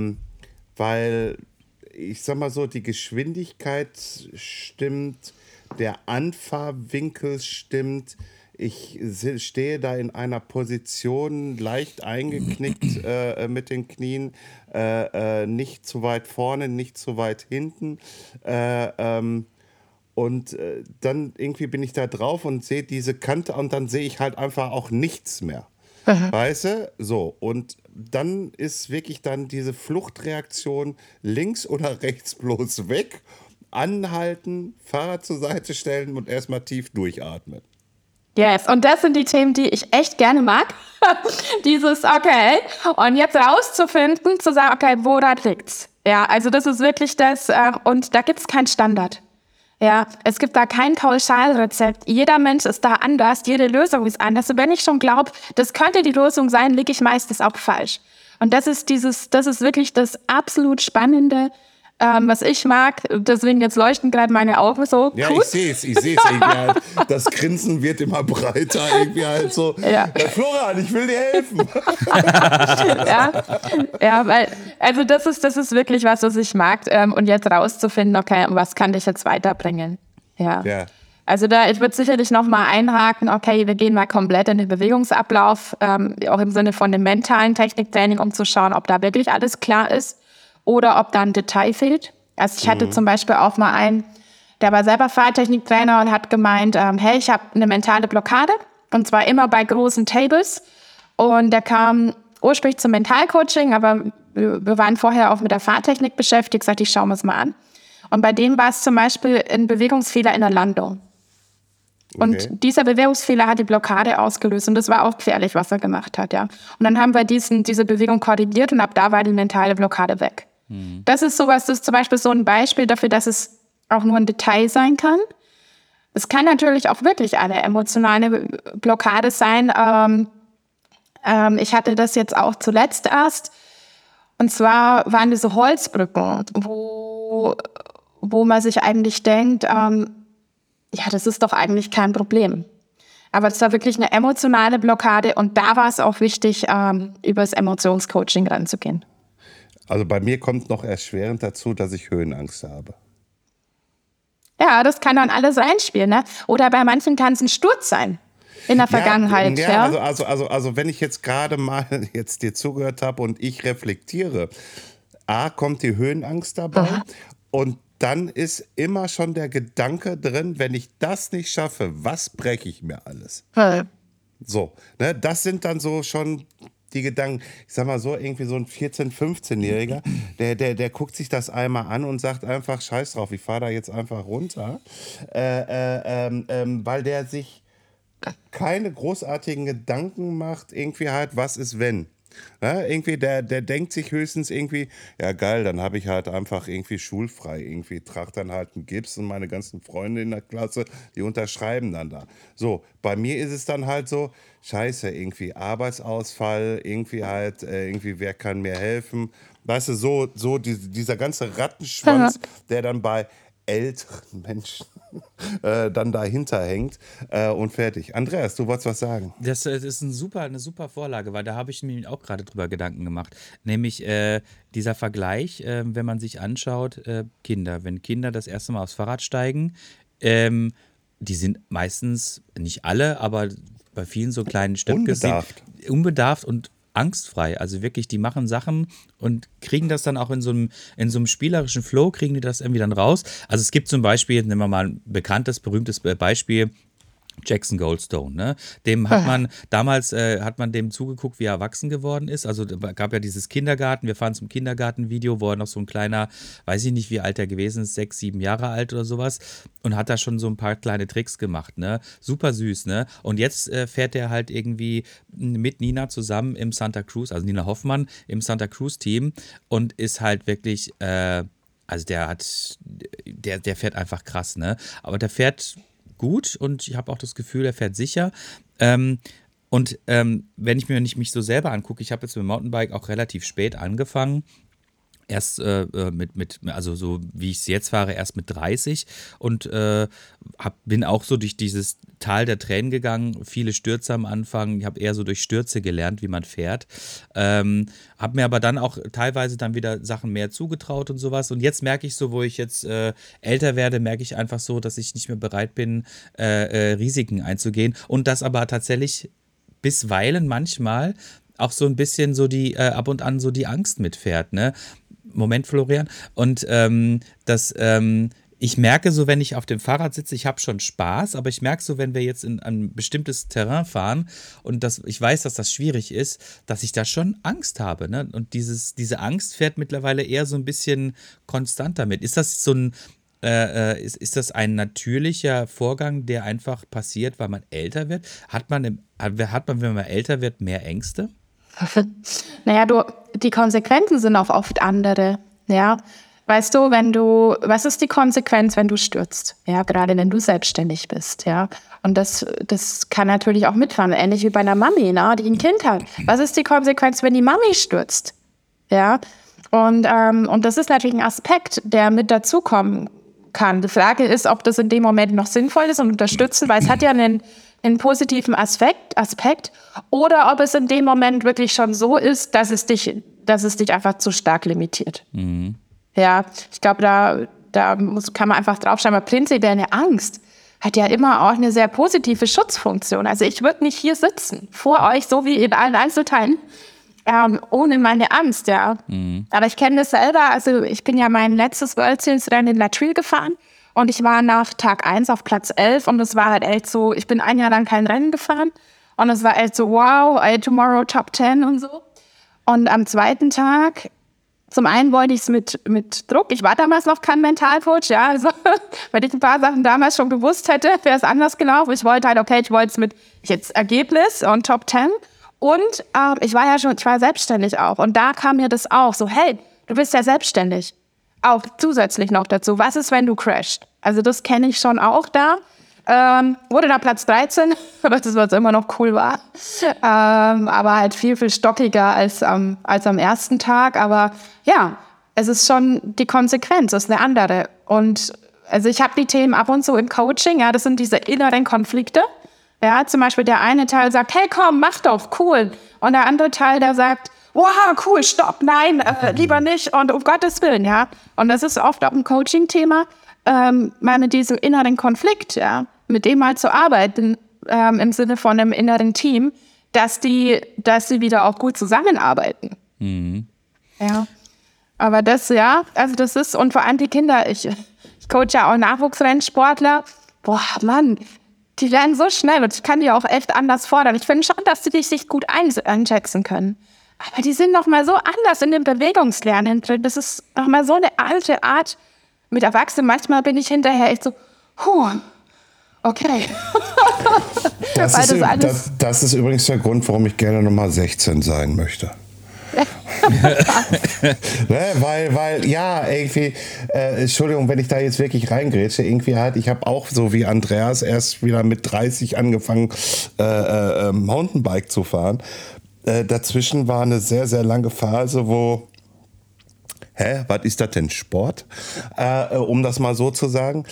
Speaker 5: Weil, ich sag mal so, die Geschwindigkeit stimmt, der Anfahrwinkel stimmt. Ich stehe da in einer Position leicht eingeknickt mit den Knien, nicht zu weit vorne, nicht zu weit hinten. Und dann irgendwie bin ich da drauf und sehe diese Kante und dann sehe ich halt einfach auch nichts mehr. Weißt du? So, und dann ist wirklich dann diese Fluchtreaktion links oder rechts bloß weg, anhalten, Fahrrad zur Seite stellen und erstmal tief durchatmen.
Speaker 4: Yes, und das sind die Themen, die ich echt gerne mag. Dieses, okay, und jetzt rauszufinden, zu sagen, okay, woran liegt's? Ja, also das ist wirklich das, und da gibt's keinen Standard. Ja, es gibt da kein Pauschalrezept. Jeder Mensch ist da anders, jede Lösung ist anders. Und wenn ich schon glaube, das könnte die Lösung sein, liege ich meistens auch falsch. Und das ist wirklich das absolut Spannende, was ich mag. Deswegen jetzt leuchten gerade meine Augen so.
Speaker 5: Ja,
Speaker 4: gut.
Speaker 5: ich sehe es irgendwie halt. Das Grinsen wird immer breiter, irgendwie halt so.
Speaker 4: Ja.
Speaker 5: Florian, ich will dir helfen.
Speaker 4: Ja, weil, also das ist wirklich was ich mag. Und jetzt rauszufinden, okay, was kann dich jetzt weiterbringen? Ja. Also ich würde sicherlich nochmal einhaken, okay, wir gehen mal komplett in den Bewegungsablauf, auch im Sinne von dem mentalen Techniktraining, um zu schauen, ob da wirklich alles klar ist oder ob da ein Detail fehlt. Also ich hatte zum Beispiel auch mal einen, der war selber Fahrtechniktrainer und hat gemeint, hey, ich habe eine mentale Blockade und zwar immer bei großen Tables. Und der kam ursprünglich zum Mentalcoaching, aber wir waren vorher auch mit der Fahrtechnik beschäftigt, sagte ich, schauen wir es mal an. Und bei dem war es zum Beispiel ein Bewegungsfehler in der Landung. Und dieser Bewegungsfehler hat die Blockade ausgelöst und das war auch gefährlich, was er gemacht hat, ja. Und dann haben wir diese Bewegung korrigiert und ab da war die mentale Blockade weg. Das ist sowas, das ist zum Beispiel so ein Beispiel dafür, dass es auch nur ein Detail sein kann. Es kann natürlich auch wirklich eine emotionale Blockade sein. Ich hatte das jetzt auch zuletzt erst. Und zwar waren diese Holzbrücken, wo man sich eigentlich denkt, ja, das ist doch eigentlich kein Problem. Aber es war wirklich eine emotionale Blockade und da war es auch wichtig, über das Emotionscoaching ranzugehen.
Speaker 5: Also bei mir kommt noch erschwerend dazu, dass ich Höhenangst habe.
Speaker 4: Ja, das kann dann alles reinspielen, ne? Oder bei manchen kann es ein Sturz sein in der Vergangenheit.
Speaker 5: Ja. Also wenn ich jetzt gerade mal jetzt dir zugehört habe und ich reflektiere, kommt die Höhenangst dabei und dann ist immer schon der Gedanke drin, wenn ich das nicht schaffe, was breche ich mir alles? So, ne, das sind dann so schon die Gedanken. Ich sag mal so, irgendwie so ein 14-, 15-Jähriger, der guckt sich das einmal an und sagt einfach, scheiß drauf, ich fahre da jetzt einfach runter, weil der sich keine großartigen Gedanken macht, irgendwie halt, was ist wenn? Ja, irgendwie, der denkt sich höchstens irgendwie, ja geil, dann habe ich halt einfach irgendwie schulfrei, irgendwie trage dann halt einen Gips und meine ganzen Freunde in der Klasse, die unterschreiben dann da. So, bei mir ist es dann halt so, scheiße, irgendwie Arbeitsausfall, irgendwie halt, irgendwie wer kann mir helfen? Weißt du, so dieser ganze Rattenschwanz, der dann bei älteren Menschen dann dahinter hängt und fertig. Andreas, du wolltest was sagen?
Speaker 3: Das ist eine super Vorlage, weil da habe ich mir auch gerade drüber Gedanken gemacht. Nämlich dieser Vergleich, wenn man sich anschaut, Kinder. Wenn Kinder das erste Mal aufs Fahrrad steigen, die sind meistens, nicht alle, aber bei vielen so kleinen Stöckes unbedarft und angstfrei. Also wirklich, die machen Sachen und kriegen das dann auch in so einem spielerischen Flow, kriegen die das irgendwie dann raus. Also es gibt zum Beispiel, nehmen wir mal ein bekanntes, berühmtes Beispiel, Jackson Goldstone, ne? Dem hat man damals dem zugeguckt, wie er erwachsen geworden ist. Also gab ja dieses Kindergarten, wir fahren zum Kindergartenvideo, wo er noch so ein kleiner, weiß ich nicht, wie alt er gewesen ist, 6, 7 Jahre alt oder sowas, und hat da schon so ein paar kleine Tricks gemacht, ne? Super süß, ne? Und jetzt fährt er halt irgendwie mit Nina zusammen im Santa Cruz, also Nina Hoffmann im Santa Cruz Team und ist halt wirklich, also der fährt einfach krass, ne? Aber der fährt gut und ich habe auch das Gefühl, er fährt sicher. Wenn ich mich so selber angucke, ich habe jetzt mit dem Mountainbike auch relativ spät angefangen Erst also so wie ich es jetzt fahre, erst mit 30 und bin auch so durch dieses Tal der Tränen gegangen, viele Stürze am Anfang, ich habe eher so durch Stürze gelernt, wie man fährt, habe mir aber dann auch teilweise dann wieder Sachen mehr zugetraut und sowas und jetzt merke ich so, wo ich jetzt älter werde, merke ich einfach so, dass ich nicht mehr bereit bin, Risiken einzugehen und das aber tatsächlich bisweilen manchmal auch so ein bisschen so ab und an so die Angst mitfährt, ne? Moment, Florian. Und ich merke so, wenn ich auf dem Fahrrad sitze, ich habe schon Spaß, aber ich merke so, wenn wir jetzt in ein bestimmtes Terrain fahren und ich weiß, dass das schwierig ist, dass ich da schon Angst habe. Ne? Und diese Angst fährt mittlerweile eher so ein bisschen konstant damit. Ist das ist das ein natürlicher Vorgang, der einfach passiert, weil man älter wird? Hat man, wenn man älter wird, mehr Ängste?
Speaker 4: Naja, die Konsequenzen sind auch oft andere, ja. Weißt du, was ist die Konsequenz, wenn du stürzt? Ja, gerade wenn du selbstständig bist, ja. Und das kann natürlich auch mitfahren, ähnlich wie bei einer Mami, ne, die ein Kind hat. Was ist die Konsequenz, wenn die Mami stürzt? Ja. Und das ist natürlich ein Aspekt, der mit dazukommen kann. Die Frage ist, ob das in dem Moment noch sinnvoll ist und unterstützen, weil es hat ja einen positiven Aspekt oder ob es in dem Moment wirklich schon so ist, dass es dich einfach zu stark limitiert. Mhm. Ja, ich glaube, kann man einfach draufschauen, aber prinzipiell eine Angst hat ja immer auch eine sehr positive Schutzfunktion. Also ich würde nicht hier sitzen, vor euch, so wie in allen Einzelteilen, ohne meine Angst, ja. Mhm. Aber ich kenne das selber, also ich bin ja mein letztes World Series Rennen in La Trille gefahren. Und ich war nach Tag 1 auf Platz 11 und es war halt echt so, ich bin ein Jahr lang kein Rennen gefahren und es war echt so, wow, tomorrow Top 10 und so. Und am zweiten Tag, zum einen wollte ich es mit Druck, ich war damals noch kein Mentalcoach, ja, also wenn ich ein paar Sachen damals schon gewusst hätte, wäre es anders gelaufen. Ich wollte halt, ich wollte es mit jetzt Ergebnis und Top 10 und ich war selbstständig auch und da kam mir das auch so, hey, du bist ja selbstständig. Auch zusätzlich noch dazu, was ist, wenn du crashst? Also das kenne ich schon auch da. Wurde da Platz 13, was immer noch cool war. Aber halt viel, viel stockiger als am ersten Tag. Aber ja, es ist schon die Konsequenz, das ist eine andere. Und also ich habe die Themen ab und zu im Coaching, ja, das sind diese inneren Konflikte. Ja, zum Beispiel der eine Teil sagt, hey komm, mach doch, cool. Und der andere Teil, der sagt, wow, cool, stopp, nein, lieber nicht und um Gottes Willen, ja. Und das ist oft auch ein Coaching-Thema, mal mit diesem inneren Konflikt, ja, mit dem mal zu arbeiten, im Sinne von einem inneren Team, dass sie wieder auch gut zusammenarbeiten. Mhm. Ja. Aber das ist, und vor allem die Kinder, ich coache ja auch Nachwuchsrennsportler, boah, Mann, die lernen so schnell und ich kann die auch echt anders fordern. Ich finde schon, dass die sich gut einschätzen können. Aber die sind noch mal so anders in dem Bewegungslernen drin. Das ist noch mal so eine alte Art mit Erwachsenen. Manchmal bin ich hinterher echt so, okay.
Speaker 5: Das ist übrigens der Grund, warum ich gerne noch mal 16 sein möchte. weil ja, irgendwie, Entschuldigung, wenn ich da jetzt wirklich reingrätsche, irgendwie halt, ich habe auch so wie Andreas erst wieder mit 30 angefangen, Mountainbike zu fahren. Dazwischen war eine sehr, sehr lange Phase, wo was ist das denn, Sport? Um das mal so zu sagen.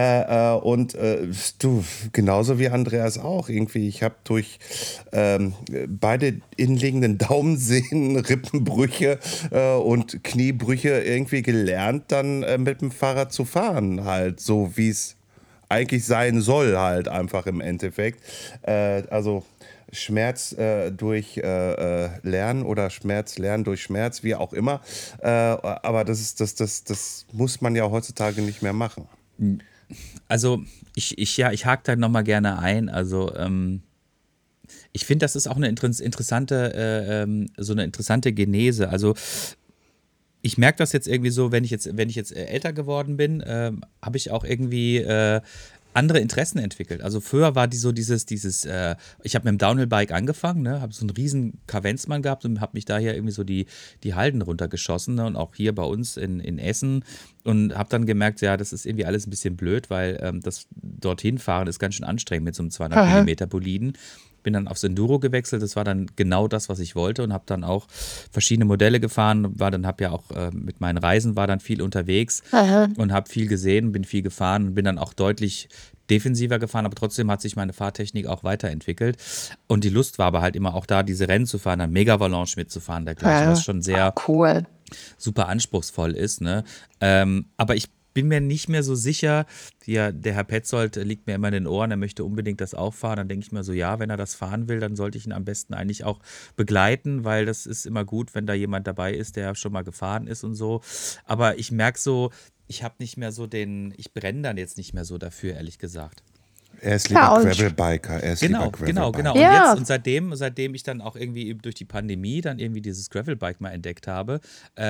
Speaker 5: Du, genauso wie Andreas auch irgendwie. Ich habe durch beide innenliegenden Daumensehnen, Rippenbrüche und Kniebrüche irgendwie gelernt, dann mit dem Fahrrad zu fahren, halt so wie es eigentlich sein soll, halt einfach im Endeffekt. Also Schmerz durch Lernen oder Lernen durch Schmerz, wie auch immer. Aber das muss man ja heutzutage nicht mehr machen.
Speaker 3: Also ich hake da nochmal gerne ein. Also ich finde, das ist auch eine interessante Genese. Also ich merke das jetzt irgendwie so, wenn ich jetzt älter geworden bin, habe ich auch irgendwie andere Interessen entwickelt. Also früher war ich habe mit dem Downhill-Bike angefangen, ne, habe so einen riesen Kavenzmann gehabt und habe mich daher irgendwie so die Halden runtergeschossen, ne, und auch hier bei uns in Essen und habe dann gemerkt, ja, das ist irgendwie alles ein bisschen blöd, weil das dorthin fahren ist ganz schön anstrengend mit so einem 200 mm Boliden. bin dann aufs Enduro gewechselt. Das war dann genau das, was ich wollte und habe dann auch verschiedene Modelle gefahren. Habe ja auch mit meinen Reisen war dann viel unterwegs und habe viel gesehen, bin viel gefahren und bin dann auch deutlich defensiver gefahren, aber trotzdem hat sich meine Fahrtechnik auch weiterentwickelt. Und die Lust war aber halt immer auch da, diese Rennen zu fahren, dann Mega-Valanche mitzufahren, dergleichen, was schon sehr
Speaker 4: cool.
Speaker 3: super anspruchsvoll ist. Ne? Aber ich bin mir nicht mehr so sicher, der Herr Petzold liegt mir immer in den Ohren, er möchte unbedingt das auch fahren. Dann denke ich mir so, ja, wenn er das fahren will, dann sollte ich ihn am besten eigentlich auch begleiten, weil das ist immer gut, wenn da jemand dabei ist, der schon mal gefahren ist und so. Aber ich merke so, ich habe nicht mehr so ich brenne dann jetzt nicht mehr so dafür, ehrlich gesagt.
Speaker 5: Er ist lieber Gravelbiker.
Speaker 3: Genau.
Speaker 4: Ja.
Speaker 3: Und seitdem ich dann auch irgendwie durch die Pandemie dann irgendwie dieses Gravelbike mal entdeckt habe,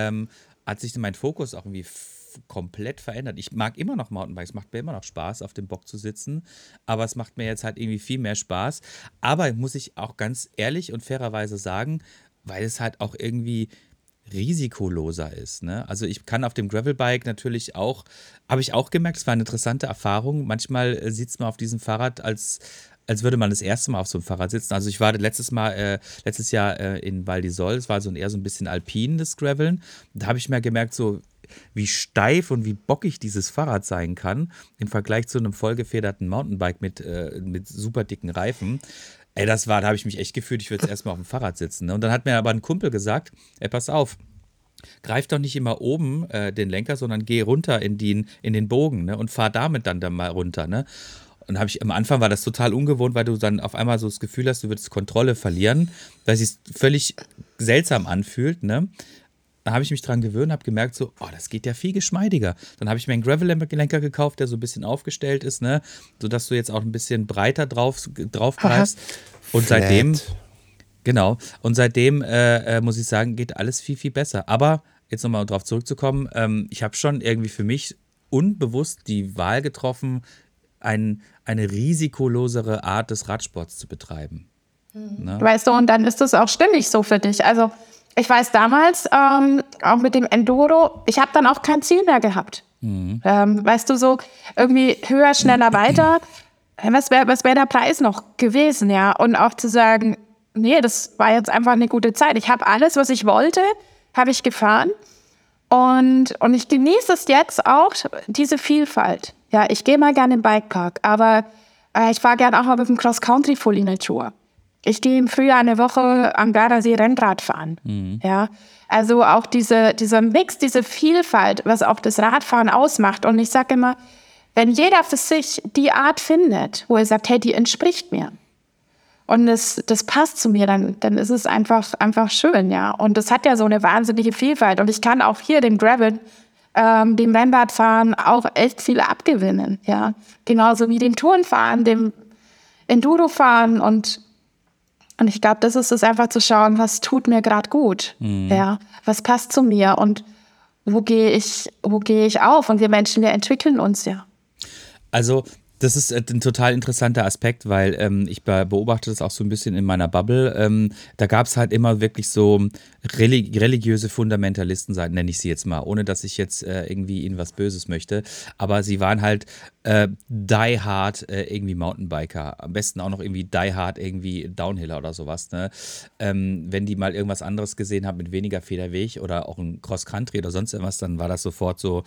Speaker 3: hat sich mein Fokus auch irgendwie komplett verändert. Ich mag immer noch Mountainbikes, macht mir immer noch Spaß, auf dem Bock zu sitzen, aber es macht mir jetzt halt irgendwie viel mehr Spaß. Aber muss ich auch ganz ehrlich und fairerweise sagen, weil es halt auch irgendwie risikoloser ist. Ne? Also ich kann auf dem Gravelbike natürlich auch, habe ich auch gemerkt, es war eine interessante Erfahrung. Manchmal sitzt man auf diesem Fahrrad, als würde man das erste Mal auf so einem Fahrrad sitzen. Also ich war letztes Jahr in Val d'Isole, es war eher so ein bisschen alpin, das Graveln. Da habe ich mir gemerkt, so wie steif und wie bockig dieses Fahrrad sein kann im Vergleich zu einem vollgefederten Mountainbike mit super dicken Reifen. Da habe ich mich echt gefühlt, ich würde jetzt erstmal auf dem Fahrrad sitzen. Ne? Und dann hat mir aber ein Kumpel gesagt, pass auf, greif doch nicht immer oben den Lenker, sondern geh runter in den Bogen, ne? Und fahr damit dann mal runter. Ne? Und am Anfang war das total ungewohnt, weil du dann auf einmal so das Gefühl hast, du würdest Kontrolle verlieren, weil es sich völlig seltsam anfühlt. Ne? Dann habe ich mich dran gewöhnt, habe gemerkt, so, das geht ja viel geschmeidiger. Dann habe ich mir einen Gravel-Lenker gekauft, der so ein bisschen aufgestellt ist, ne, sodass du jetzt auch ein bisschen breiter drauf greifst. Und seitdem, muss ich sagen, geht alles viel, viel besser. Aber jetzt nochmal drauf zurückzukommen, ich habe schon irgendwie für mich unbewusst die Wahl getroffen, eine risikolosere Art des Radsports zu betreiben. Ne?
Speaker 4: Weißt du, und dann ist das auch ständig so für dich. Also ich weiß damals, auch mit dem Enduro, ich habe dann auch kein Ziel mehr gehabt. Weißt du, so irgendwie höher, schneller, weiter. Was wär der Preis noch gewesen, ja? Und auch zu sagen, nee, das war jetzt einfach eine gute Zeit. Ich habe alles, was ich wollte, habe ich gefahren. Und ich genieße es jetzt auch, diese Vielfalt. Ja, ich gehe mal gerne in den Bikepark, aber ich fahre gerne auch mal mit dem Cross-Country Full in die Tour. Ich gehe im Frühjahr eine Woche am Gardasee Rennrad fahren. Ja, also auch dieser Mix, diese Vielfalt, was auch das Radfahren ausmacht. Und ich sage immer, wenn jeder für sich die Art findet, wo er sagt, hey, die entspricht mir und das passt zu mir, dann ist es einfach schön, ja. Und das hat ja so eine wahnsinnige Vielfalt. Und ich kann auch hier dem Gravel, dem Rennradfahren auch echt viel abgewinnen, ja. Genauso wie dem Tourenfahren, dem Endurofahren und ich glaube, das ist es einfach zu schauen, was tut mir gerade gut, ja, was passt zu mir und wo gehe ich auf? Und wir Menschen, wir entwickeln uns ja.
Speaker 3: Also das ist ein total interessanter Aspekt, weil ich beobachte das auch so ein bisschen in meiner Bubble. Da gab es halt immer wirklich so religiöse Fundamentalisten, nenne ich sie jetzt mal, ohne dass ich jetzt irgendwie ihnen was Böses möchte. Aber sie waren halt die hard irgendwie Mountainbiker. Am besten auch noch irgendwie die hard irgendwie Downhiller oder sowas. Ne? Wenn die mal irgendwas anderes gesehen haben mit weniger Federweg oder auch ein Cross-Country oder sonst irgendwas, dann war das sofort so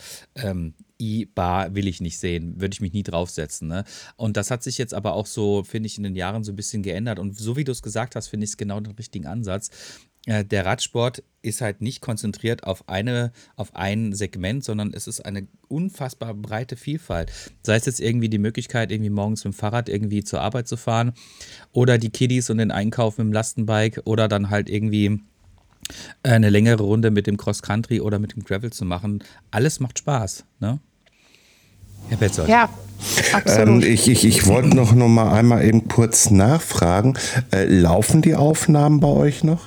Speaker 3: I-Bar will ich nicht sehen, würde ich mich nie draufsetzen. Ne? Und das hat sich jetzt aber auch so, finde ich, in den Jahren so ein bisschen geändert. Und so wie du es gesagt hast, finde ich es genau den richtigen Ansatz. Der Radsport ist halt nicht konzentriert auf ein Segment, sondern es ist eine unfassbar breite Vielfalt. Sei es jetzt irgendwie die Möglichkeit, irgendwie morgens mit dem Fahrrad irgendwie zur Arbeit zu fahren oder die Kiddies und den Einkauf mit dem Lastenbike oder dann halt irgendwie eine längere Runde mit dem Cross-Country oder mit dem Gravel zu machen. Alles macht Spaß, ne? Herr Petzold.
Speaker 4: Ja, absolut.
Speaker 5: Ich wollte noch mal einmal eben kurz nachfragen. Laufen die Aufnahmen bei euch noch?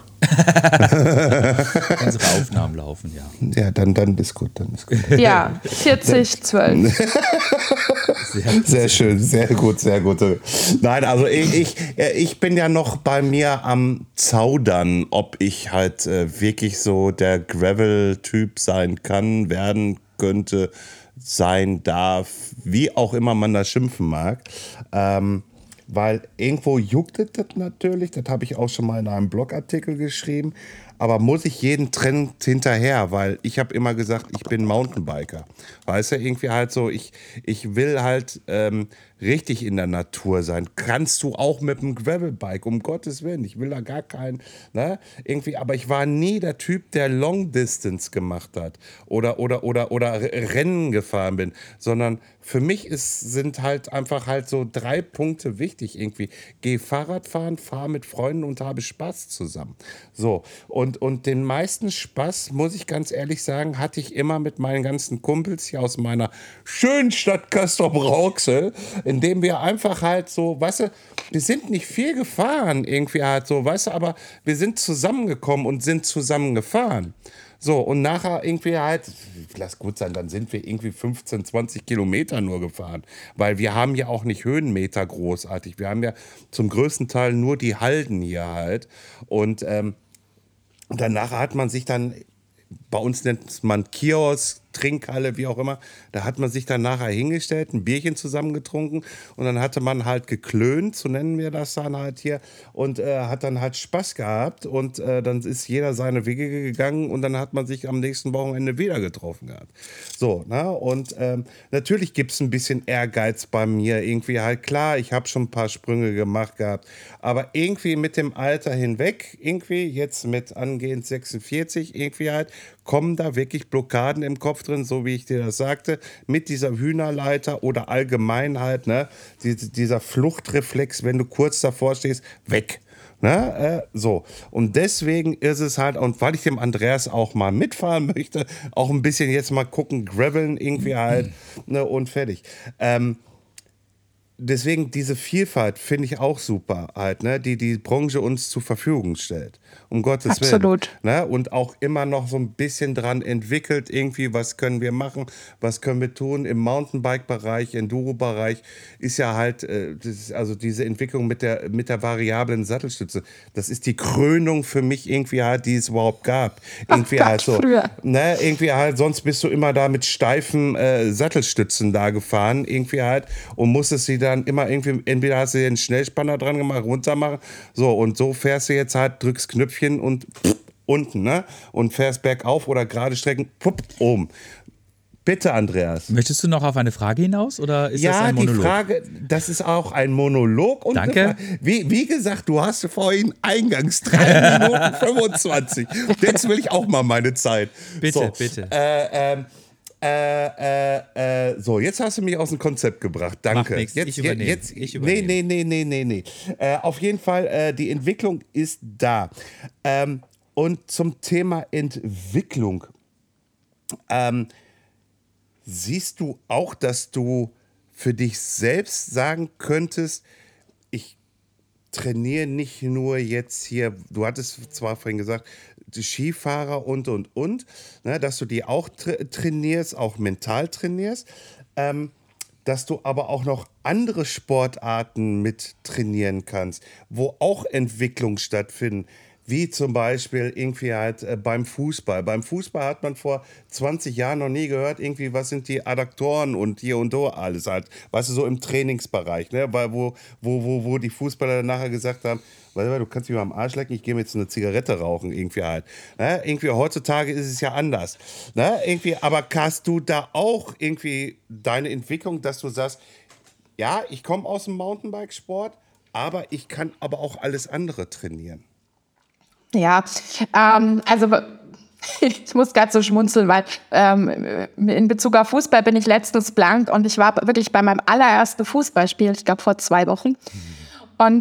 Speaker 3: Unsere Aufnahmen laufen, ja.
Speaker 5: Ja, dann ist gut.
Speaker 4: Ja, 40/12.
Speaker 5: Sehr schön, sehr gut. Nein, also ich bin ja noch bei mir am Zaudern, ob ich halt wirklich so der Gravel-Typ sein kann, werden könnte, sein darf, wie auch immer man das schimpfen mag. weil irgendwo juckt es das natürlich, das habe ich auch schon mal in einem Blogartikel geschrieben, aber muss ich jeden Trend hinterher, weil ich habe immer gesagt, ich bin Mountainbiker. Weißt du, irgendwie halt so, ich will halt richtig in der Natur sein. Kannst du auch mit dem Gravelbike, um Gottes Willen. Ich will da gar keinen, ne? Irgendwie, aber ich war nie der Typ, der Long Distance gemacht hat oder Rennen gefahren bin, sondern für mich sind halt einfach halt so 3 Punkte wichtig irgendwie. Geh Fahrrad fahren, fahr mit Freunden und habe Spaß zusammen. So, und den meisten Spaß, muss ich ganz ehrlich sagen, hatte ich immer mit meinen ganzen Kumpels hier aus meiner schönen Stadt Castrop-Rauxel, indem wir einfach halt so, weißt du, wir sind nicht viel gefahren irgendwie halt so, weißt du, aber wir sind zusammengekommen und sind zusammen gefahren. So, und nachher irgendwie halt, lass gut sein, dann sind wir irgendwie 15, 20 Kilometer nur gefahren. Weil wir haben ja auch nicht Höhenmeter großartig. Wir haben ja zum größten Teil nur die Halden hier halt. Und danach hat man sich dann, bei uns nennt man Kiosk, Trinkhalle, wie auch immer, da hat man sich dann nachher hingestellt, ein Bierchen zusammengetrunken und dann hatte man halt geklönt, so nennen wir das dann halt hier, und hat dann halt Spaß gehabt und dann ist jeder seine Wege gegangen und dann hat man sich am nächsten Wochenende wieder getroffen gehabt. So, na, und natürlich gibt es ein bisschen Ehrgeiz bei mir, irgendwie halt klar, ich habe schon ein paar Sprünge gemacht gehabt, aber irgendwie mit dem Alter hinweg, irgendwie jetzt mit angehend 46, irgendwie halt, kommen da wirklich Blockaden im Kopf drin, so wie ich dir das sagte, mit dieser Hühnerleiter oder allgemein halt, ne, dieser Fluchtreflex, wenn du kurz davor stehst, weg. Ne, so. Und deswegen ist es halt, und weil ich dem Andreas auch mal mitfahren möchte, auch ein bisschen jetzt mal gucken, graveln irgendwie halt, ne, und fertig. Deswegen diese Vielfalt finde ich auch super halt, ne, die Branche uns zur Verfügung stellt. Um Gottes Willen.
Speaker 4: Absolut.
Speaker 5: Ne, und auch immer noch so ein bisschen dran entwickelt, irgendwie, was können wir machen, was können wir tun. Im Mountainbike-Bereich, Enduro-Bereich ist ja halt, also diese Entwicklung mit der variablen Sattelstütze, das ist die Krönung für mich irgendwie halt, die es überhaupt gab. Irgendwie
Speaker 4: Gott,
Speaker 5: halt so.
Speaker 4: früher.
Speaker 5: Ne, irgendwie halt, sonst bist du immer da mit steifen Sattelstützen da gefahren, irgendwie halt, und musstest sie dann immer irgendwie, entweder hast du den Schnellspanner dran gemacht, runter machen, so, und so fährst du jetzt halt, drückst Knöpfchen und unten, ne, und fährst bergauf oder gerade Strecken, oben. Bitte, Andreas.
Speaker 3: Möchtest du noch auf eine Frage hinaus oder ist das ein Monolog?
Speaker 5: Ja, die Frage, das ist auch ein Monolog. Und
Speaker 3: danke.
Speaker 5: Wie gesagt, du hast vorhin eingangs 3 Minuten 25. Jetzt will ich auch mal meine Zeit.
Speaker 3: Bitte,
Speaker 5: so,
Speaker 3: bitte.
Speaker 5: So, jetzt hast du mich aus dem Konzept gebracht. Danke.
Speaker 3: Macht nichts, ich übernehme. Ich übernehme.
Speaker 5: Nee. Auf jeden Fall, die Entwicklung ist da. Und zum Thema Entwicklung. Siehst du auch, dass du für dich selbst sagen könntest, ich trainiere nicht nur jetzt hier, du hattest zwar vorhin gesagt, die Skifahrer und, ne, dass du die auch trainierst, auch mental trainierst, dass du aber auch noch andere Sportarten mit trainieren kannst, wo auch Entwicklung stattfinden. Wie zum Beispiel irgendwie halt beim Fußball. Beim Fußball hat man vor 20 Jahren noch nie gehört, irgendwie, was sind die Adduktoren und hier und da alles halt. Weißt du, so im Trainingsbereich, ne? Wo die Fußballer nachher gesagt haben, weißt du, kannst mich mal am Arsch lecken, ich gehe mir jetzt eine Zigarette rauchen, irgendwie halt. Ne? Irgendwie heutzutage ist es ja anders. Ne? Irgendwie, aber hast du da auch irgendwie deine Entwicklung, dass du sagst, ja, ich komme aus dem Mountainbikesport, aber ich kann aber auch alles andere trainieren.
Speaker 4: Ja, also ich muss gerade so schmunzeln, weil in Bezug auf Fußball bin ich letztens blank und ich war wirklich bei meinem allerersten Fußballspiel, ich glaube vor 2 Wochen. Und,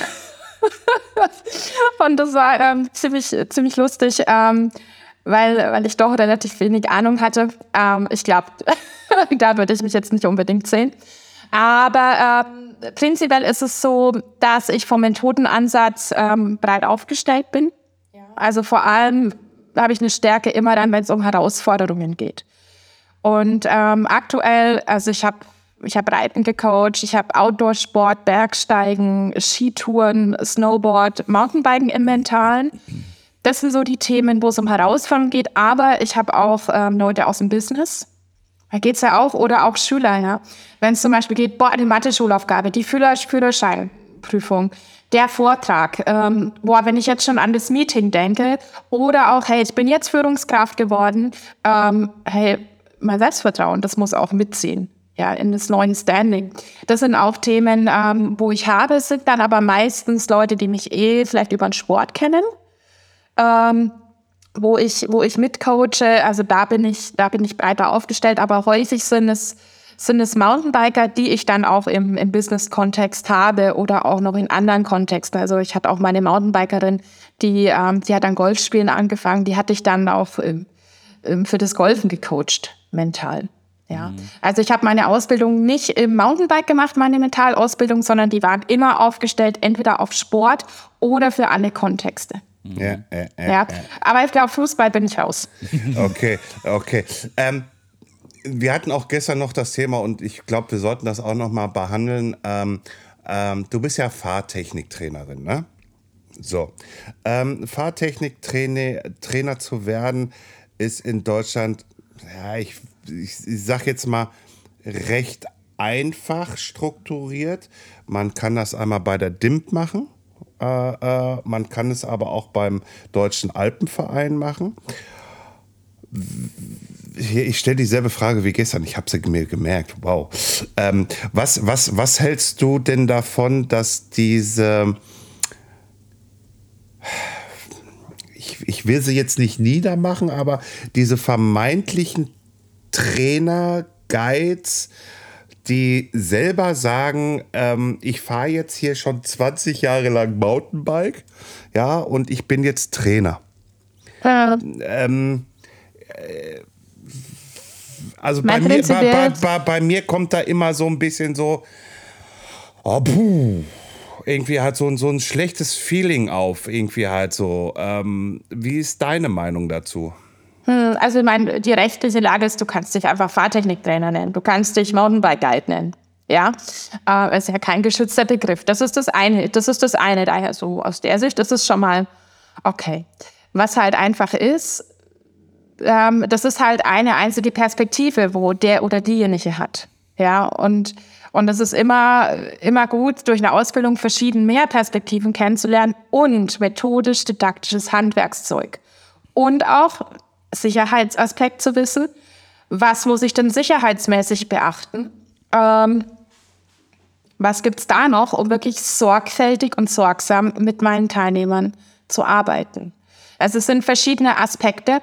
Speaker 4: und das war ziemlich lustig, weil ich doch relativ wenig Ahnung hatte. Ich glaube, da würde ich mich jetzt nicht unbedingt sehen. Aber prinzipiell ist es so, dass ich vom Methodenansatz breit aufgestellt bin. Ja. Also vor allem habe ich eine Stärke immer dann, wenn es um Herausforderungen geht. Und aktuell, also ich habe Reiten gecoacht, ich habe Outdoor-Sport, Bergsteigen, Skitouren, Snowboard, Mountainbiken im Mentalen. Das sind so die Themen, wo es um Herausforderungen geht. Aber ich habe auch Leute aus dem Business. Da geht's ja auch, oder auch Schüler, ja. Wenn es zum Beispiel geht, eine Mathe-Schulaufgabe, die Führerscheinprüfung, der Vortrag, wenn ich jetzt schon an das Meeting denke, oder auch, hey, ich bin jetzt Führungskraft geworden, hey, mein Selbstvertrauen, das muss auch mitziehen, ja, in das neue Standing. Das sind auch Themen, wo ich habe, es sind dann aber meistens Leute, die mich vielleicht über den Sport kennen, wo ich mitcoache, also da bin ich breiter aufgestellt, aber häufig sind es Mountainbiker, die ich dann auch im Business-Kontext habe oder auch noch in anderen Kontexten. Also ich hatte auch meine Mountainbikerin, die hat dann Golfspielen angefangen, die hatte ich dann auch für das Golfen gecoacht, mental. Ja. Also ich habe meine Ausbildung nicht im Mountainbike gemacht, meine Mentalausbildung, sondern die waren immer aufgestellt, entweder auf Sport oder für alle Kontexte. Ja. Aber ich glaube, Fußball bin ich raus.
Speaker 5: Okay. Wir hatten auch gestern noch das Thema und ich glaube, wir sollten das auch noch mal behandeln. Du bist ja Fahrtechniktrainerin, ne? So. Fahrtechniktrainer zu werden ist in Deutschland, ja, ich sag jetzt mal, recht einfach strukturiert. Man kann das einmal bei der DIMP machen. Man kann es aber auch beim Deutschen Alpenverein machen. Ich stelle dieselbe Frage wie gestern. Ich habe sie mir gemerkt. Wow. Was hältst du denn davon, dass diese... Ich will sie jetzt nicht niedermachen, aber diese vermeintlichen Trainer, Guides, die selber sagen, ich fahre jetzt hier schon 20 Jahre lang Mountainbike, ja, und ich bin jetzt Trainer. Also bei mir kommt da immer so ein bisschen so, irgendwie halt so ein schlechtes Feeling auf, irgendwie halt so. Wie ist deine Meinung dazu?
Speaker 4: Also die rechtliche Lage ist, du kannst dich einfach Fahrtechniktrainer nennen, du kannst dich Mountainbike-Guide nennen. Ja, ist ja kein geschützter Begriff. Das ist das eine, daher so aus der Sicht, das ist schon mal okay. Was halt einfach ist, das ist halt eine einzige Perspektive, wo der oder diejenige hat. Ja, und das ist immer gut, durch eine Ausbildung mehr Perspektiven kennenzulernen und methodisch-didaktisches Handwerkszeug. Und auch Sicherheitsaspekt zu wissen, was muss ich denn sicherheitsmäßig beachten? Was gibt's da noch, um wirklich sorgfältig und sorgsam mit meinen Teilnehmern zu arbeiten? Also es sind verschiedene Aspekte.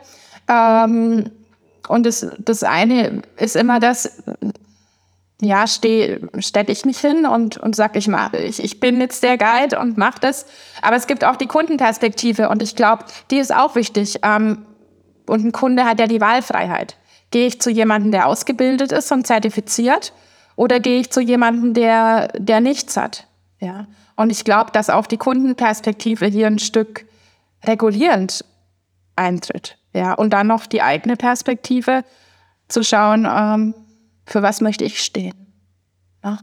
Speaker 4: Und das eine ist immer das, ja, stelle ich mich hin und sage, ich bin jetzt der Guide und mache das. Aber es gibt auch die Kundenperspektive und ich glaube, die ist auch wichtig. Und ein Kunde hat ja die Wahlfreiheit. Gehe ich zu jemandem, der ausgebildet ist und zertifiziert, oder gehe ich zu jemandem, der nichts hat? Ja. Und ich glaube, dass auch die Kundenperspektive hier ein Stück regulierend eintritt. Ja. Und dann noch die eigene Perspektive zu schauen, für was möchte ich stehen? Ja.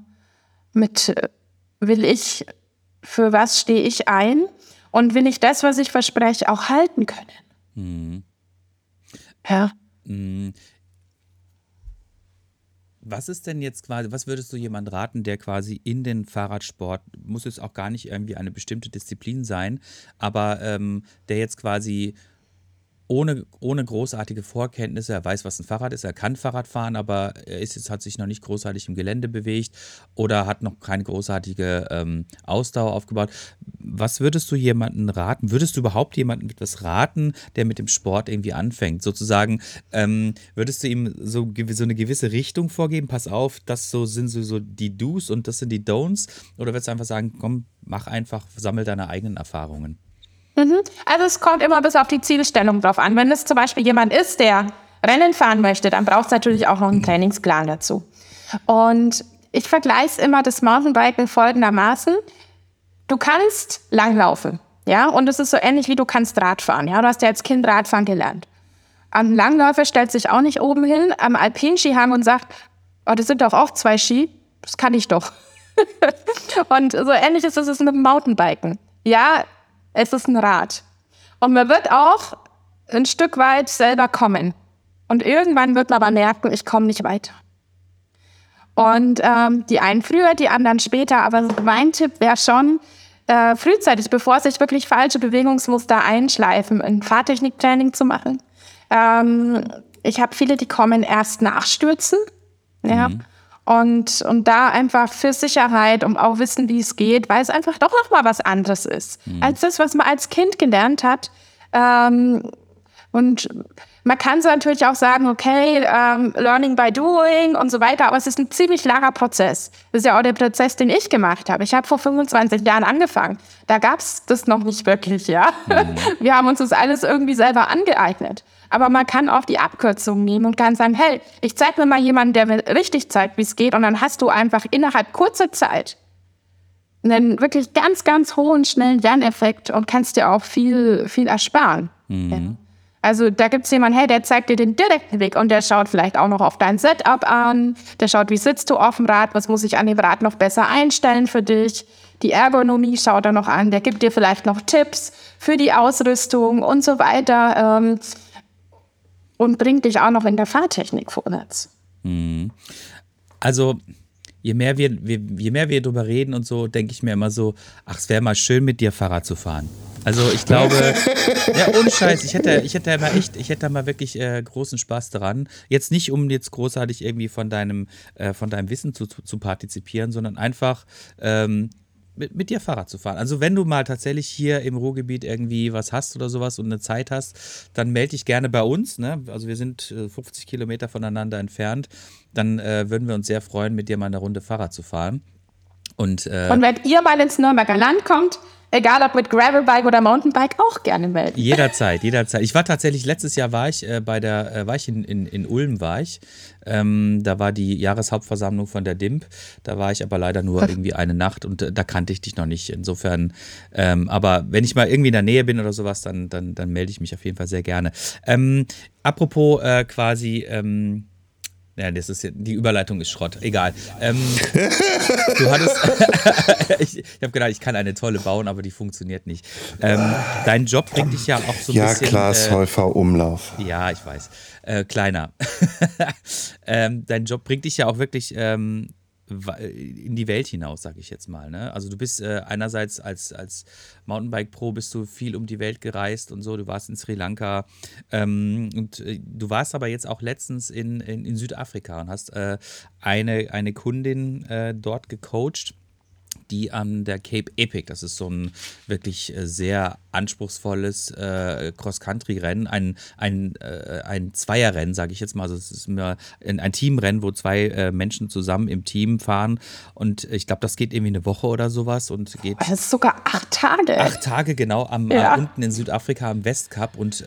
Speaker 4: Für was stehe ich ein? Und will ich das, was ich verspreche, auch halten können? Mhm. Ja.
Speaker 3: Was ist denn jetzt quasi, was würdest du jemand raten, der quasi in den Fahrradsport, muss es auch gar nicht irgendwie eine bestimmte Disziplin sein, aber der jetzt quasi ohne großartige Vorkenntnisse, er weiß, was ein Fahrrad ist, er kann Fahrrad fahren, aber hat sich noch nicht großartig im Gelände bewegt oder hat noch keine großartige Ausdauer aufgebaut. Was würdest du jemandem raten? Würdest du überhaupt jemandem etwas raten, der mit dem Sport irgendwie anfängt? Sozusagen, würdest du ihm so eine gewisse Richtung vorgeben? Pass auf, das sind so die Do's und das sind die Don'ts? Oder würdest du einfach sagen, komm, mach einfach, sammel deine eigenen Erfahrungen?
Speaker 4: Also es kommt immer bis auf die Zielstellung drauf an. Wenn es zum Beispiel jemand ist, der Rennen fahren möchte, dann braucht es natürlich auch noch einen Trainingsplan dazu. Und ich vergleiche immer das Mountainbiken folgendermaßen. Du kannst langlaufen, ja, und es ist so ähnlich wie du kannst Radfahren, ja. Du hast ja als Kind Radfahren gelernt. Ein Langläufer stellt sich auch nicht oben hin am Alpinskihang und sagt, oh, das sind doch auch 2 Ski, das kann ich doch. Und so ähnlich ist es mit dem Mountainbiken. Ja, es ist ein Rad. Und man wird auch ein Stück weit selber kommen. Und irgendwann wird man aber merken, ich komme nicht weiter. Und die einen früher, die anderen später. Aber mein Tipp wäre schon, frühzeitig, bevor sich wirklich falsche Bewegungsmuster einschleifen, ein Fahrtechniktraining zu machen. Ich habe viele, die kommen erst nach Stürzen. Ja. Und da einfach für Sicherheit, um auch wissen, wie es geht, weil es einfach doch noch mal was anderes ist, als das, was man als Kind gelernt hat. Und man kann so natürlich auch sagen, okay, learning by doing und so weiter, aber es ist ein ziemlich langer Prozess. Das ist ja auch der Prozess, den ich gemacht habe. Ich habe vor 25 Jahren angefangen. Da gab es das noch nicht wirklich, ja. Wir haben uns das alles irgendwie selber angeeignet. Aber man kann auch die Abkürzung nehmen und kann sagen, hey, ich zeige mir mal jemanden, der mir richtig zeigt, wie es geht. Und dann hast du einfach innerhalb kurzer Zeit einen wirklich ganz, ganz hohen, schnellen Lerneffekt und kannst dir auch viel, viel ersparen. Ja. Also da gibt es jemanden, hey, der zeigt dir den direkten Weg und der schaut vielleicht auch noch auf dein Setup an, der schaut, wie sitzt du auf dem Rad, was muss ich an dem Rad noch besser einstellen für dich, die Ergonomie schaut er noch an, der gibt dir vielleicht noch Tipps für die Ausrüstung und so weiter und bringt dich auch noch in der Fahrtechnik vorwärts.
Speaker 3: Also je mehr wir drüber reden und so, denke ich mir immer so, ach, es wäre mal schön, mit dir Fahrrad zu fahren. Also ich glaube, ja, ohne Scheiß, ich hätte mal wirklich großen Spaß daran. Jetzt nicht, um jetzt großartig irgendwie von deinem Wissen zu partizipieren, sondern einfach mit dir Fahrrad zu fahren. Also wenn du mal tatsächlich hier im Ruhrgebiet irgendwie was hast oder sowas und eine Zeit hast, dann melde dich gerne bei uns. Ne? Also wir sind 50 Kilometer voneinander entfernt. Dann würden wir uns sehr freuen, mit dir mal eine Runde Fahrrad zu fahren. Und
Speaker 4: wenn ihr mal ins Nürnberger Land kommt, egal ob mit Gravelbike oder Mountainbike, auch gerne melden.
Speaker 3: Jederzeit. Ich war tatsächlich, letztes Jahr war ich in Ulm war ich. Da war die Jahreshauptversammlung von der DIMP. Da war ich aber leider nur irgendwie eine Nacht und da kannte ich dich noch nicht. Insofern, aber wenn ich mal irgendwie in der Nähe bin oder sowas, dann melde ich mich auf jeden Fall sehr gerne. Apropos ja, die Überleitung ist Schrott. Egal. Du hattest. Ich habe gedacht, ich kann eine tolle bauen, aber die funktioniert nicht. Dein Job bringt dich ja auch so ein bisschen.
Speaker 5: Ja, Glashäufer Umlauf.
Speaker 3: Ja, ich weiß. Kleiner. Dein Job bringt dich ja auch wirklich in die Welt hinaus, sage ich jetzt mal. Ne? Also du bist einerseits als Mountainbike-Pro bist du viel um die Welt gereist und so. Du warst in Sri Lanka und du warst aber jetzt auch letztens in Südafrika und hast eine Kundin dort gecoacht, die an der Cape Epic, das ist so ein wirklich sehr anspruchsvolles Cross-Country-Rennen, ein Zweierrennen, sage ich jetzt mal. Also es ist immer ein Teamrennen, wo zwei Menschen zusammen im Team fahren und ich glaube, das geht irgendwie eine Woche oder sowas und geht.
Speaker 4: Das ist sogar 8 Tage.
Speaker 3: 8 Tage, genau, unten in Südafrika am Westkap und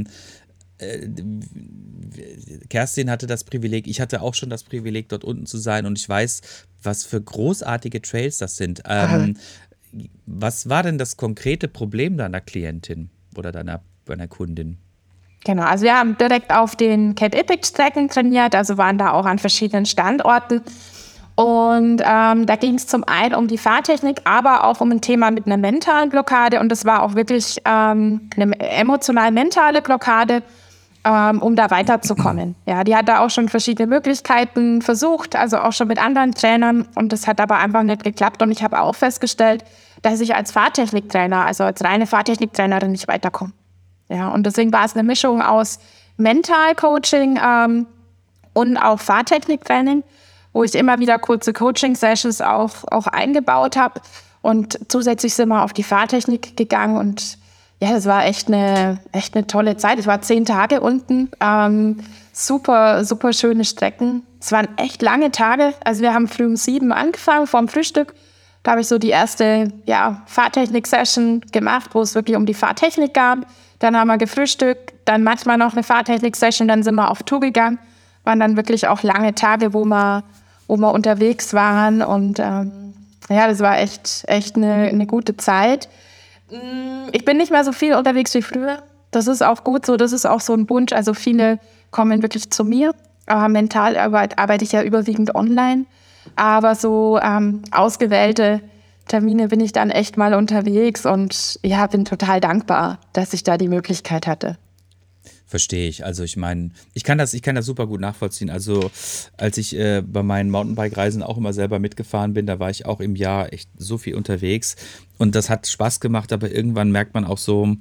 Speaker 3: Kerstin hatte das Privileg, ich hatte auch schon das Privileg, dort unten zu sein und ich weiß, was für großartige Trails das sind. Was war denn das konkrete Problem deiner Klientin oder deiner Kundin?
Speaker 4: Genau, also wir haben direkt auf den Cape Epic Strecken trainiert, also waren da auch an verschiedenen Standorten. Und da ging es zum einen um die Fahrtechnik, aber auch um ein Thema mit einer mentalen Blockade. Und das war auch wirklich eine emotional-mentale Blockade, um da weiterzukommen. Ja, die hat da auch schon verschiedene Möglichkeiten versucht, also auch schon mit anderen Trainern. Und das hat aber einfach nicht geklappt. Und ich habe auch festgestellt, dass ich als Fahrtechniktrainer, also als reine Fahrtechniktrainerin nicht weiterkomme. Ja, und deswegen war es eine Mischung aus Mental-Coaching und auch Fahrtechniktraining, wo ich immer wieder kurze Coaching-Sessions auch eingebaut habe. Und zusätzlich sind wir auf die Fahrtechnik gegangen. Und ja, das war echt eine tolle Zeit. Ich war 10 Tage unten. Super, super schöne Strecken. Es waren echt lange Tage. Also wir haben früh um 7 angefangen, vorm Frühstück. Da habe ich so die erste Fahrtechnik-Session gemacht, wo es wirklich um die Fahrtechnik gab. Dann haben wir gefrühstückt, dann manchmal noch eine Fahrtechnik-Session, dann sind wir auf Tour gegangen. Waren dann wirklich auch lange Tage, wo wir unterwegs waren. Und das war echt eine gute Zeit. Ich bin nicht mehr so viel unterwegs wie früher. Das ist auch gut so, das ist auch so ein Wunsch. Also viele kommen wirklich zu mir. Aber mental arbeite ich ja überwiegend online. Aber so ausgewählte Termine bin ich dann echt mal unterwegs und bin total dankbar, dass ich da die Möglichkeit hatte.
Speaker 3: Verstehe ich. Also ich meine, ich kann das super gut nachvollziehen. Also als ich bei meinen Mountainbike-Reisen auch immer selber mitgefahren bin, da war ich auch im Jahr echt so viel unterwegs und das hat Spaß gemacht, aber irgendwann merkt man auch so,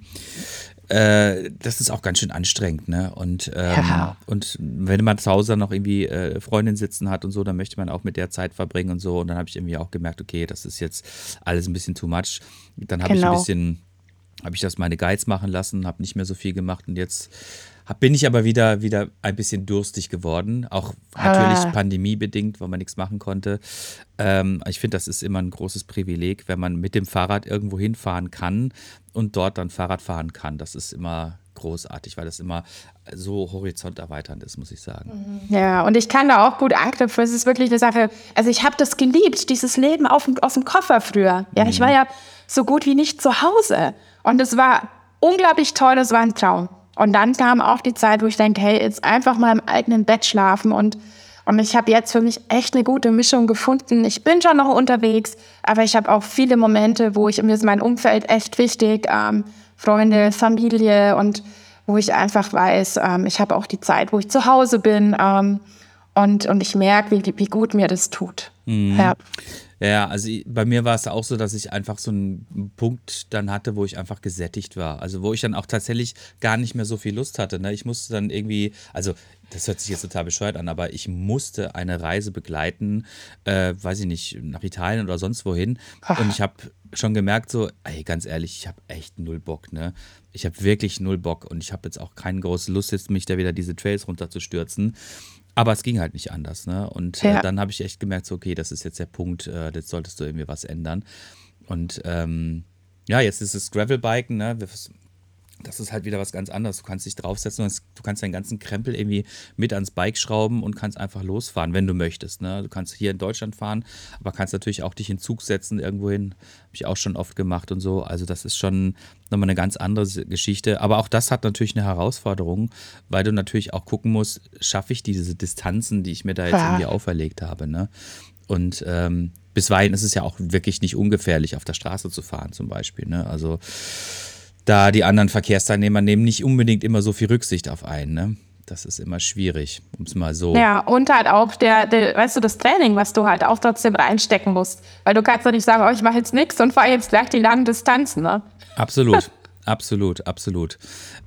Speaker 3: das ist auch ganz schön anstrengend, ne? Und wenn man zu Hause noch irgendwie Freundin sitzen hat und so, dann möchte man auch mit der Zeit verbringen und so. Und dann habe ich irgendwie auch gemerkt, okay, das ist jetzt alles ein bisschen too much. Dann habe ich das meine Guides machen lassen, habe nicht mehr so viel gemacht und jetzt bin ich aber wieder ein bisschen durstig geworden. Auch natürlich pandemiebedingt, weil man nichts machen konnte. Ich finde, das ist immer ein großes Privileg, wenn man mit dem Fahrrad irgendwo hinfahren kann und dort dann Fahrrad fahren kann. Das ist immer großartig, weil das immer so horizonterweiternd ist, muss ich sagen.
Speaker 4: Ja, und ich kann da auch gut anknüpfen. Es ist wirklich eine Sache, also ich habe das geliebt, dieses Leben aus dem Koffer früher. Ja, ich war ja so gut wie nicht zu Hause. Und es war unglaublich toll, das war ein Traum. Und dann kam auch die Zeit, wo ich denke, hey, jetzt einfach mal im eigenen Bett schlafen. Und ich habe jetzt für mich echt eine gute Mischung gefunden. Ich bin schon noch unterwegs, aber ich habe auch viele Momente, wo mir ist mein Umfeld echt wichtig, Freunde, Familie und wo ich einfach weiß, ich habe auch die Zeit, wo ich zu Hause bin und ich merke, wie gut mir das tut. Ja.
Speaker 3: Ja, also bei mir war es auch so, dass ich einfach so einen Punkt dann hatte, wo ich einfach gesättigt war. Also wo ich dann auch tatsächlich gar nicht mehr so viel Lust hatte. Ne? Ich musste dann irgendwie, also das hört sich jetzt total bescheuert an, aber ich musste eine Reise begleiten, weiß ich nicht, nach Italien oder sonst wohin. Und ich habe schon gemerkt so, ey, ganz ehrlich, ich habe echt null Bock, ne? Ich habe wirklich null Bock und ich habe jetzt auch keine große Lust, jetzt mich da wieder diese Trails runterzustürzen. Aber es ging halt nicht anders, ne? Und dann habe ich echt gemerkt, so, okay, das ist jetzt der Punkt, jetzt solltest du irgendwie was ändern. Und jetzt ist es Gravelbiken, ne? Das ist halt wieder was ganz anderes. Du kannst dich draufsetzen, du kannst deinen ganzen Krempel irgendwie mit ans Bike schrauben und kannst einfach losfahren, wenn du möchtest, ne? Du kannst hier in Deutschland fahren, aber kannst natürlich auch dich in Zug setzen irgendwohin. Habe ich auch schon oft gemacht und so. Also das ist schon nochmal eine ganz andere Geschichte. Aber auch das hat natürlich eine Herausforderung, weil du natürlich auch gucken musst, schaffe ich diese Distanzen, die ich mir da jetzt irgendwie auferlegt habe, ne? Und bisweilen ist es ja auch wirklich nicht ungefährlich, auf der Straße zu fahren zum Beispiel, ne? Also da die anderen Verkehrsteilnehmer nehmen nicht unbedingt immer so viel Rücksicht auf einen, ne? Das ist immer schwierig, um es mal so...
Speaker 4: Ja, und halt auch weißt du, das Training, was du halt auch trotzdem reinstecken musst. Weil du kannst doch nicht sagen, ich mache jetzt nichts und fahre jetzt gleich die langen Distanzen, ne?
Speaker 3: Absolut, absolut.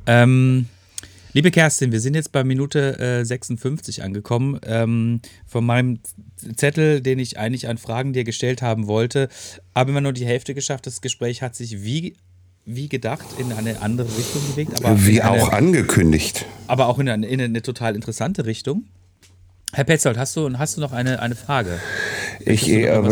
Speaker 3: Liebe Kerstin, wir sind jetzt bei Minute 56 angekommen. Von meinem Zettel, den ich eigentlich an Fragen dir gestellt haben wollte, haben wir nur die Hälfte geschafft. Das Gespräch hat sich wie gedacht in eine andere Richtung bewegt. Aber
Speaker 5: wie auch angekündigt.
Speaker 3: Aber auch in eine total interessante Richtung. Herr Petzold, hast du noch eine Frage? Ich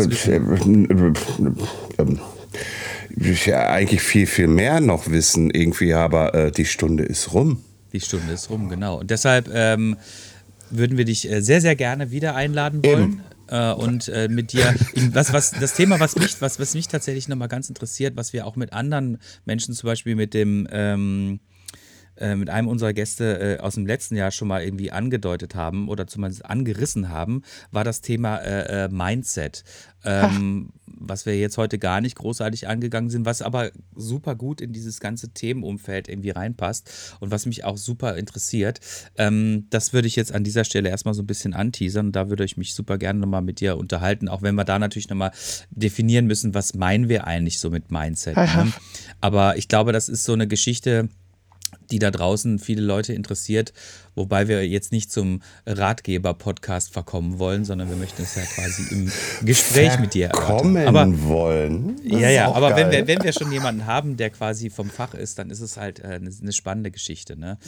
Speaker 5: eigentlich viel mehr noch wissen irgendwie, aber die Stunde ist rum.
Speaker 3: Die Stunde ist rum, genau. Und deshalb würden wir dich sehr, sehr gerne wieder einladen wollen. Und mit dir, das Thema, was mich tatsächlich nochmal ganz interessiert, was wir auch mit anderen Menschen, zum Beispiel mit einem unserer Gäste aus dem letzten Jahr schon mal irgendwie angedeutet haben oder zumindest angerissen haben, war das Thema Mindset. Was wir jetzt heute gar nicht großartig angegangen sind, was aber super gut in dieses ganze Themenumfeld irgendwie reinpasst und was mich auch super interessiert. Das würde ich jetzt an dieser Stelle erstmal so ein bisschen anteasern. Da würde ich mich super gerne nochmal mit dir unterhalten, auch wenn wir da natürlich nochmal definieren müssen, was meinen wir eigentlich so mit Mindset. Ne? Aber ich glaube, das ist so eine Geschichte, die da draußen viele Leute interessiert, wobei wir jetzt nicht zum Ratgeber-Podcast verkommen wollen, sondern wir möchten es ja quasi im Gespräch mit dir erörtern.
Speaker 5: Wollen.
Speaker 3: Ja, aber wenn wir schon jemanden haben, der quasi vom Fach ist, dann ist es halt eine spannende Geschichte, ne?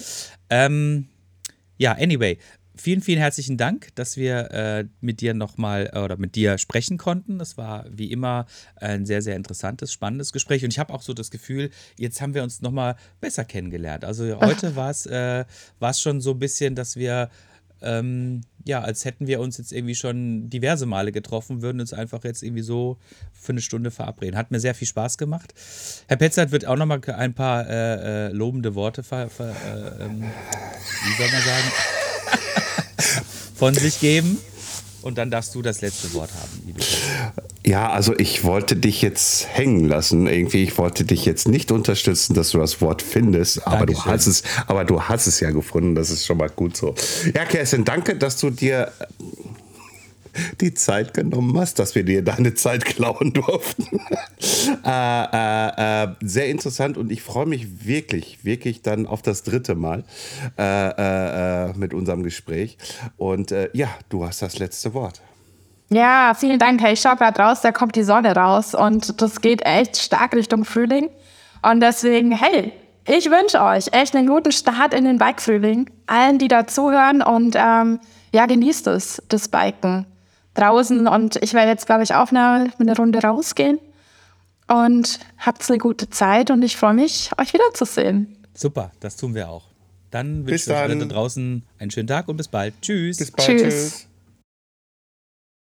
Speaker 3: Anyway, vielen, vielen herzlichen Dank, dass wir mit dir nochmal oder mit dir sprechen konnten. Das war wie immer ein sehr, sehr interessantes, spannendes Gespräch. Und ich habe auch so das Gefühl, jetzt haben wir uns nochmal besser kennengelernt. Also heute war es schon so ein bisschen, dass wir, als hätten wir uns jetzt irgendwie schon diverse Male getroffen, würden uns einfach jetzt irgendwie so für eine Stunde verabreden. Hat mir sehr viel Spaß gemacht. Herr Petzert wird auch nochmal ein paar lobende Worte wie soll man sagen? von sich geben und dann darfst du das letzte Wort haben, liebe Kerstin.
Speaker 5: Ja, also ich wollte dich jetzt hängen lassen. Irgendwie, ich wollte dich jetzt nicht unterstützen, dass du das Wort findest, aber du hast es ja gefunden. Das ist schon mal gut so. Ja, Kerstin, danke, dass du dir die Zeit genommen hast, dass wir dir deine Zeit klauen durften. Sehr interessant und ich freue mich wirklich, wirklich dann auf das 3. Mal mit unserem Gespräch. Und ja, du hast das letzte Wort.
Speaker 4: Ja, vielen Dank. Hey, ich schaue gerade raus, da kommt die Sonne raus und das geht echt stark Richtung Frühling. Und deswegen, hey, ich wünsche euch echt einen guten Start in den Bike-Frühling. Allen, die da zuhören und ja, genießt es, das Biken draußen. Und ich werde jetzt, glaube ich, auch eine Runde rausgehen. Und habt eine gute Zeit und ich freue mich, euch wiederzusehen.
Speaker 3: Super, das tun wir auch. Dann wünsche ich euch alle da draußen einen schönen Tag und bis bald. Tschüss.
Speaker 5: Bis bald.
Speaker 4: Tschüss.
Speaker 5: Tschüss.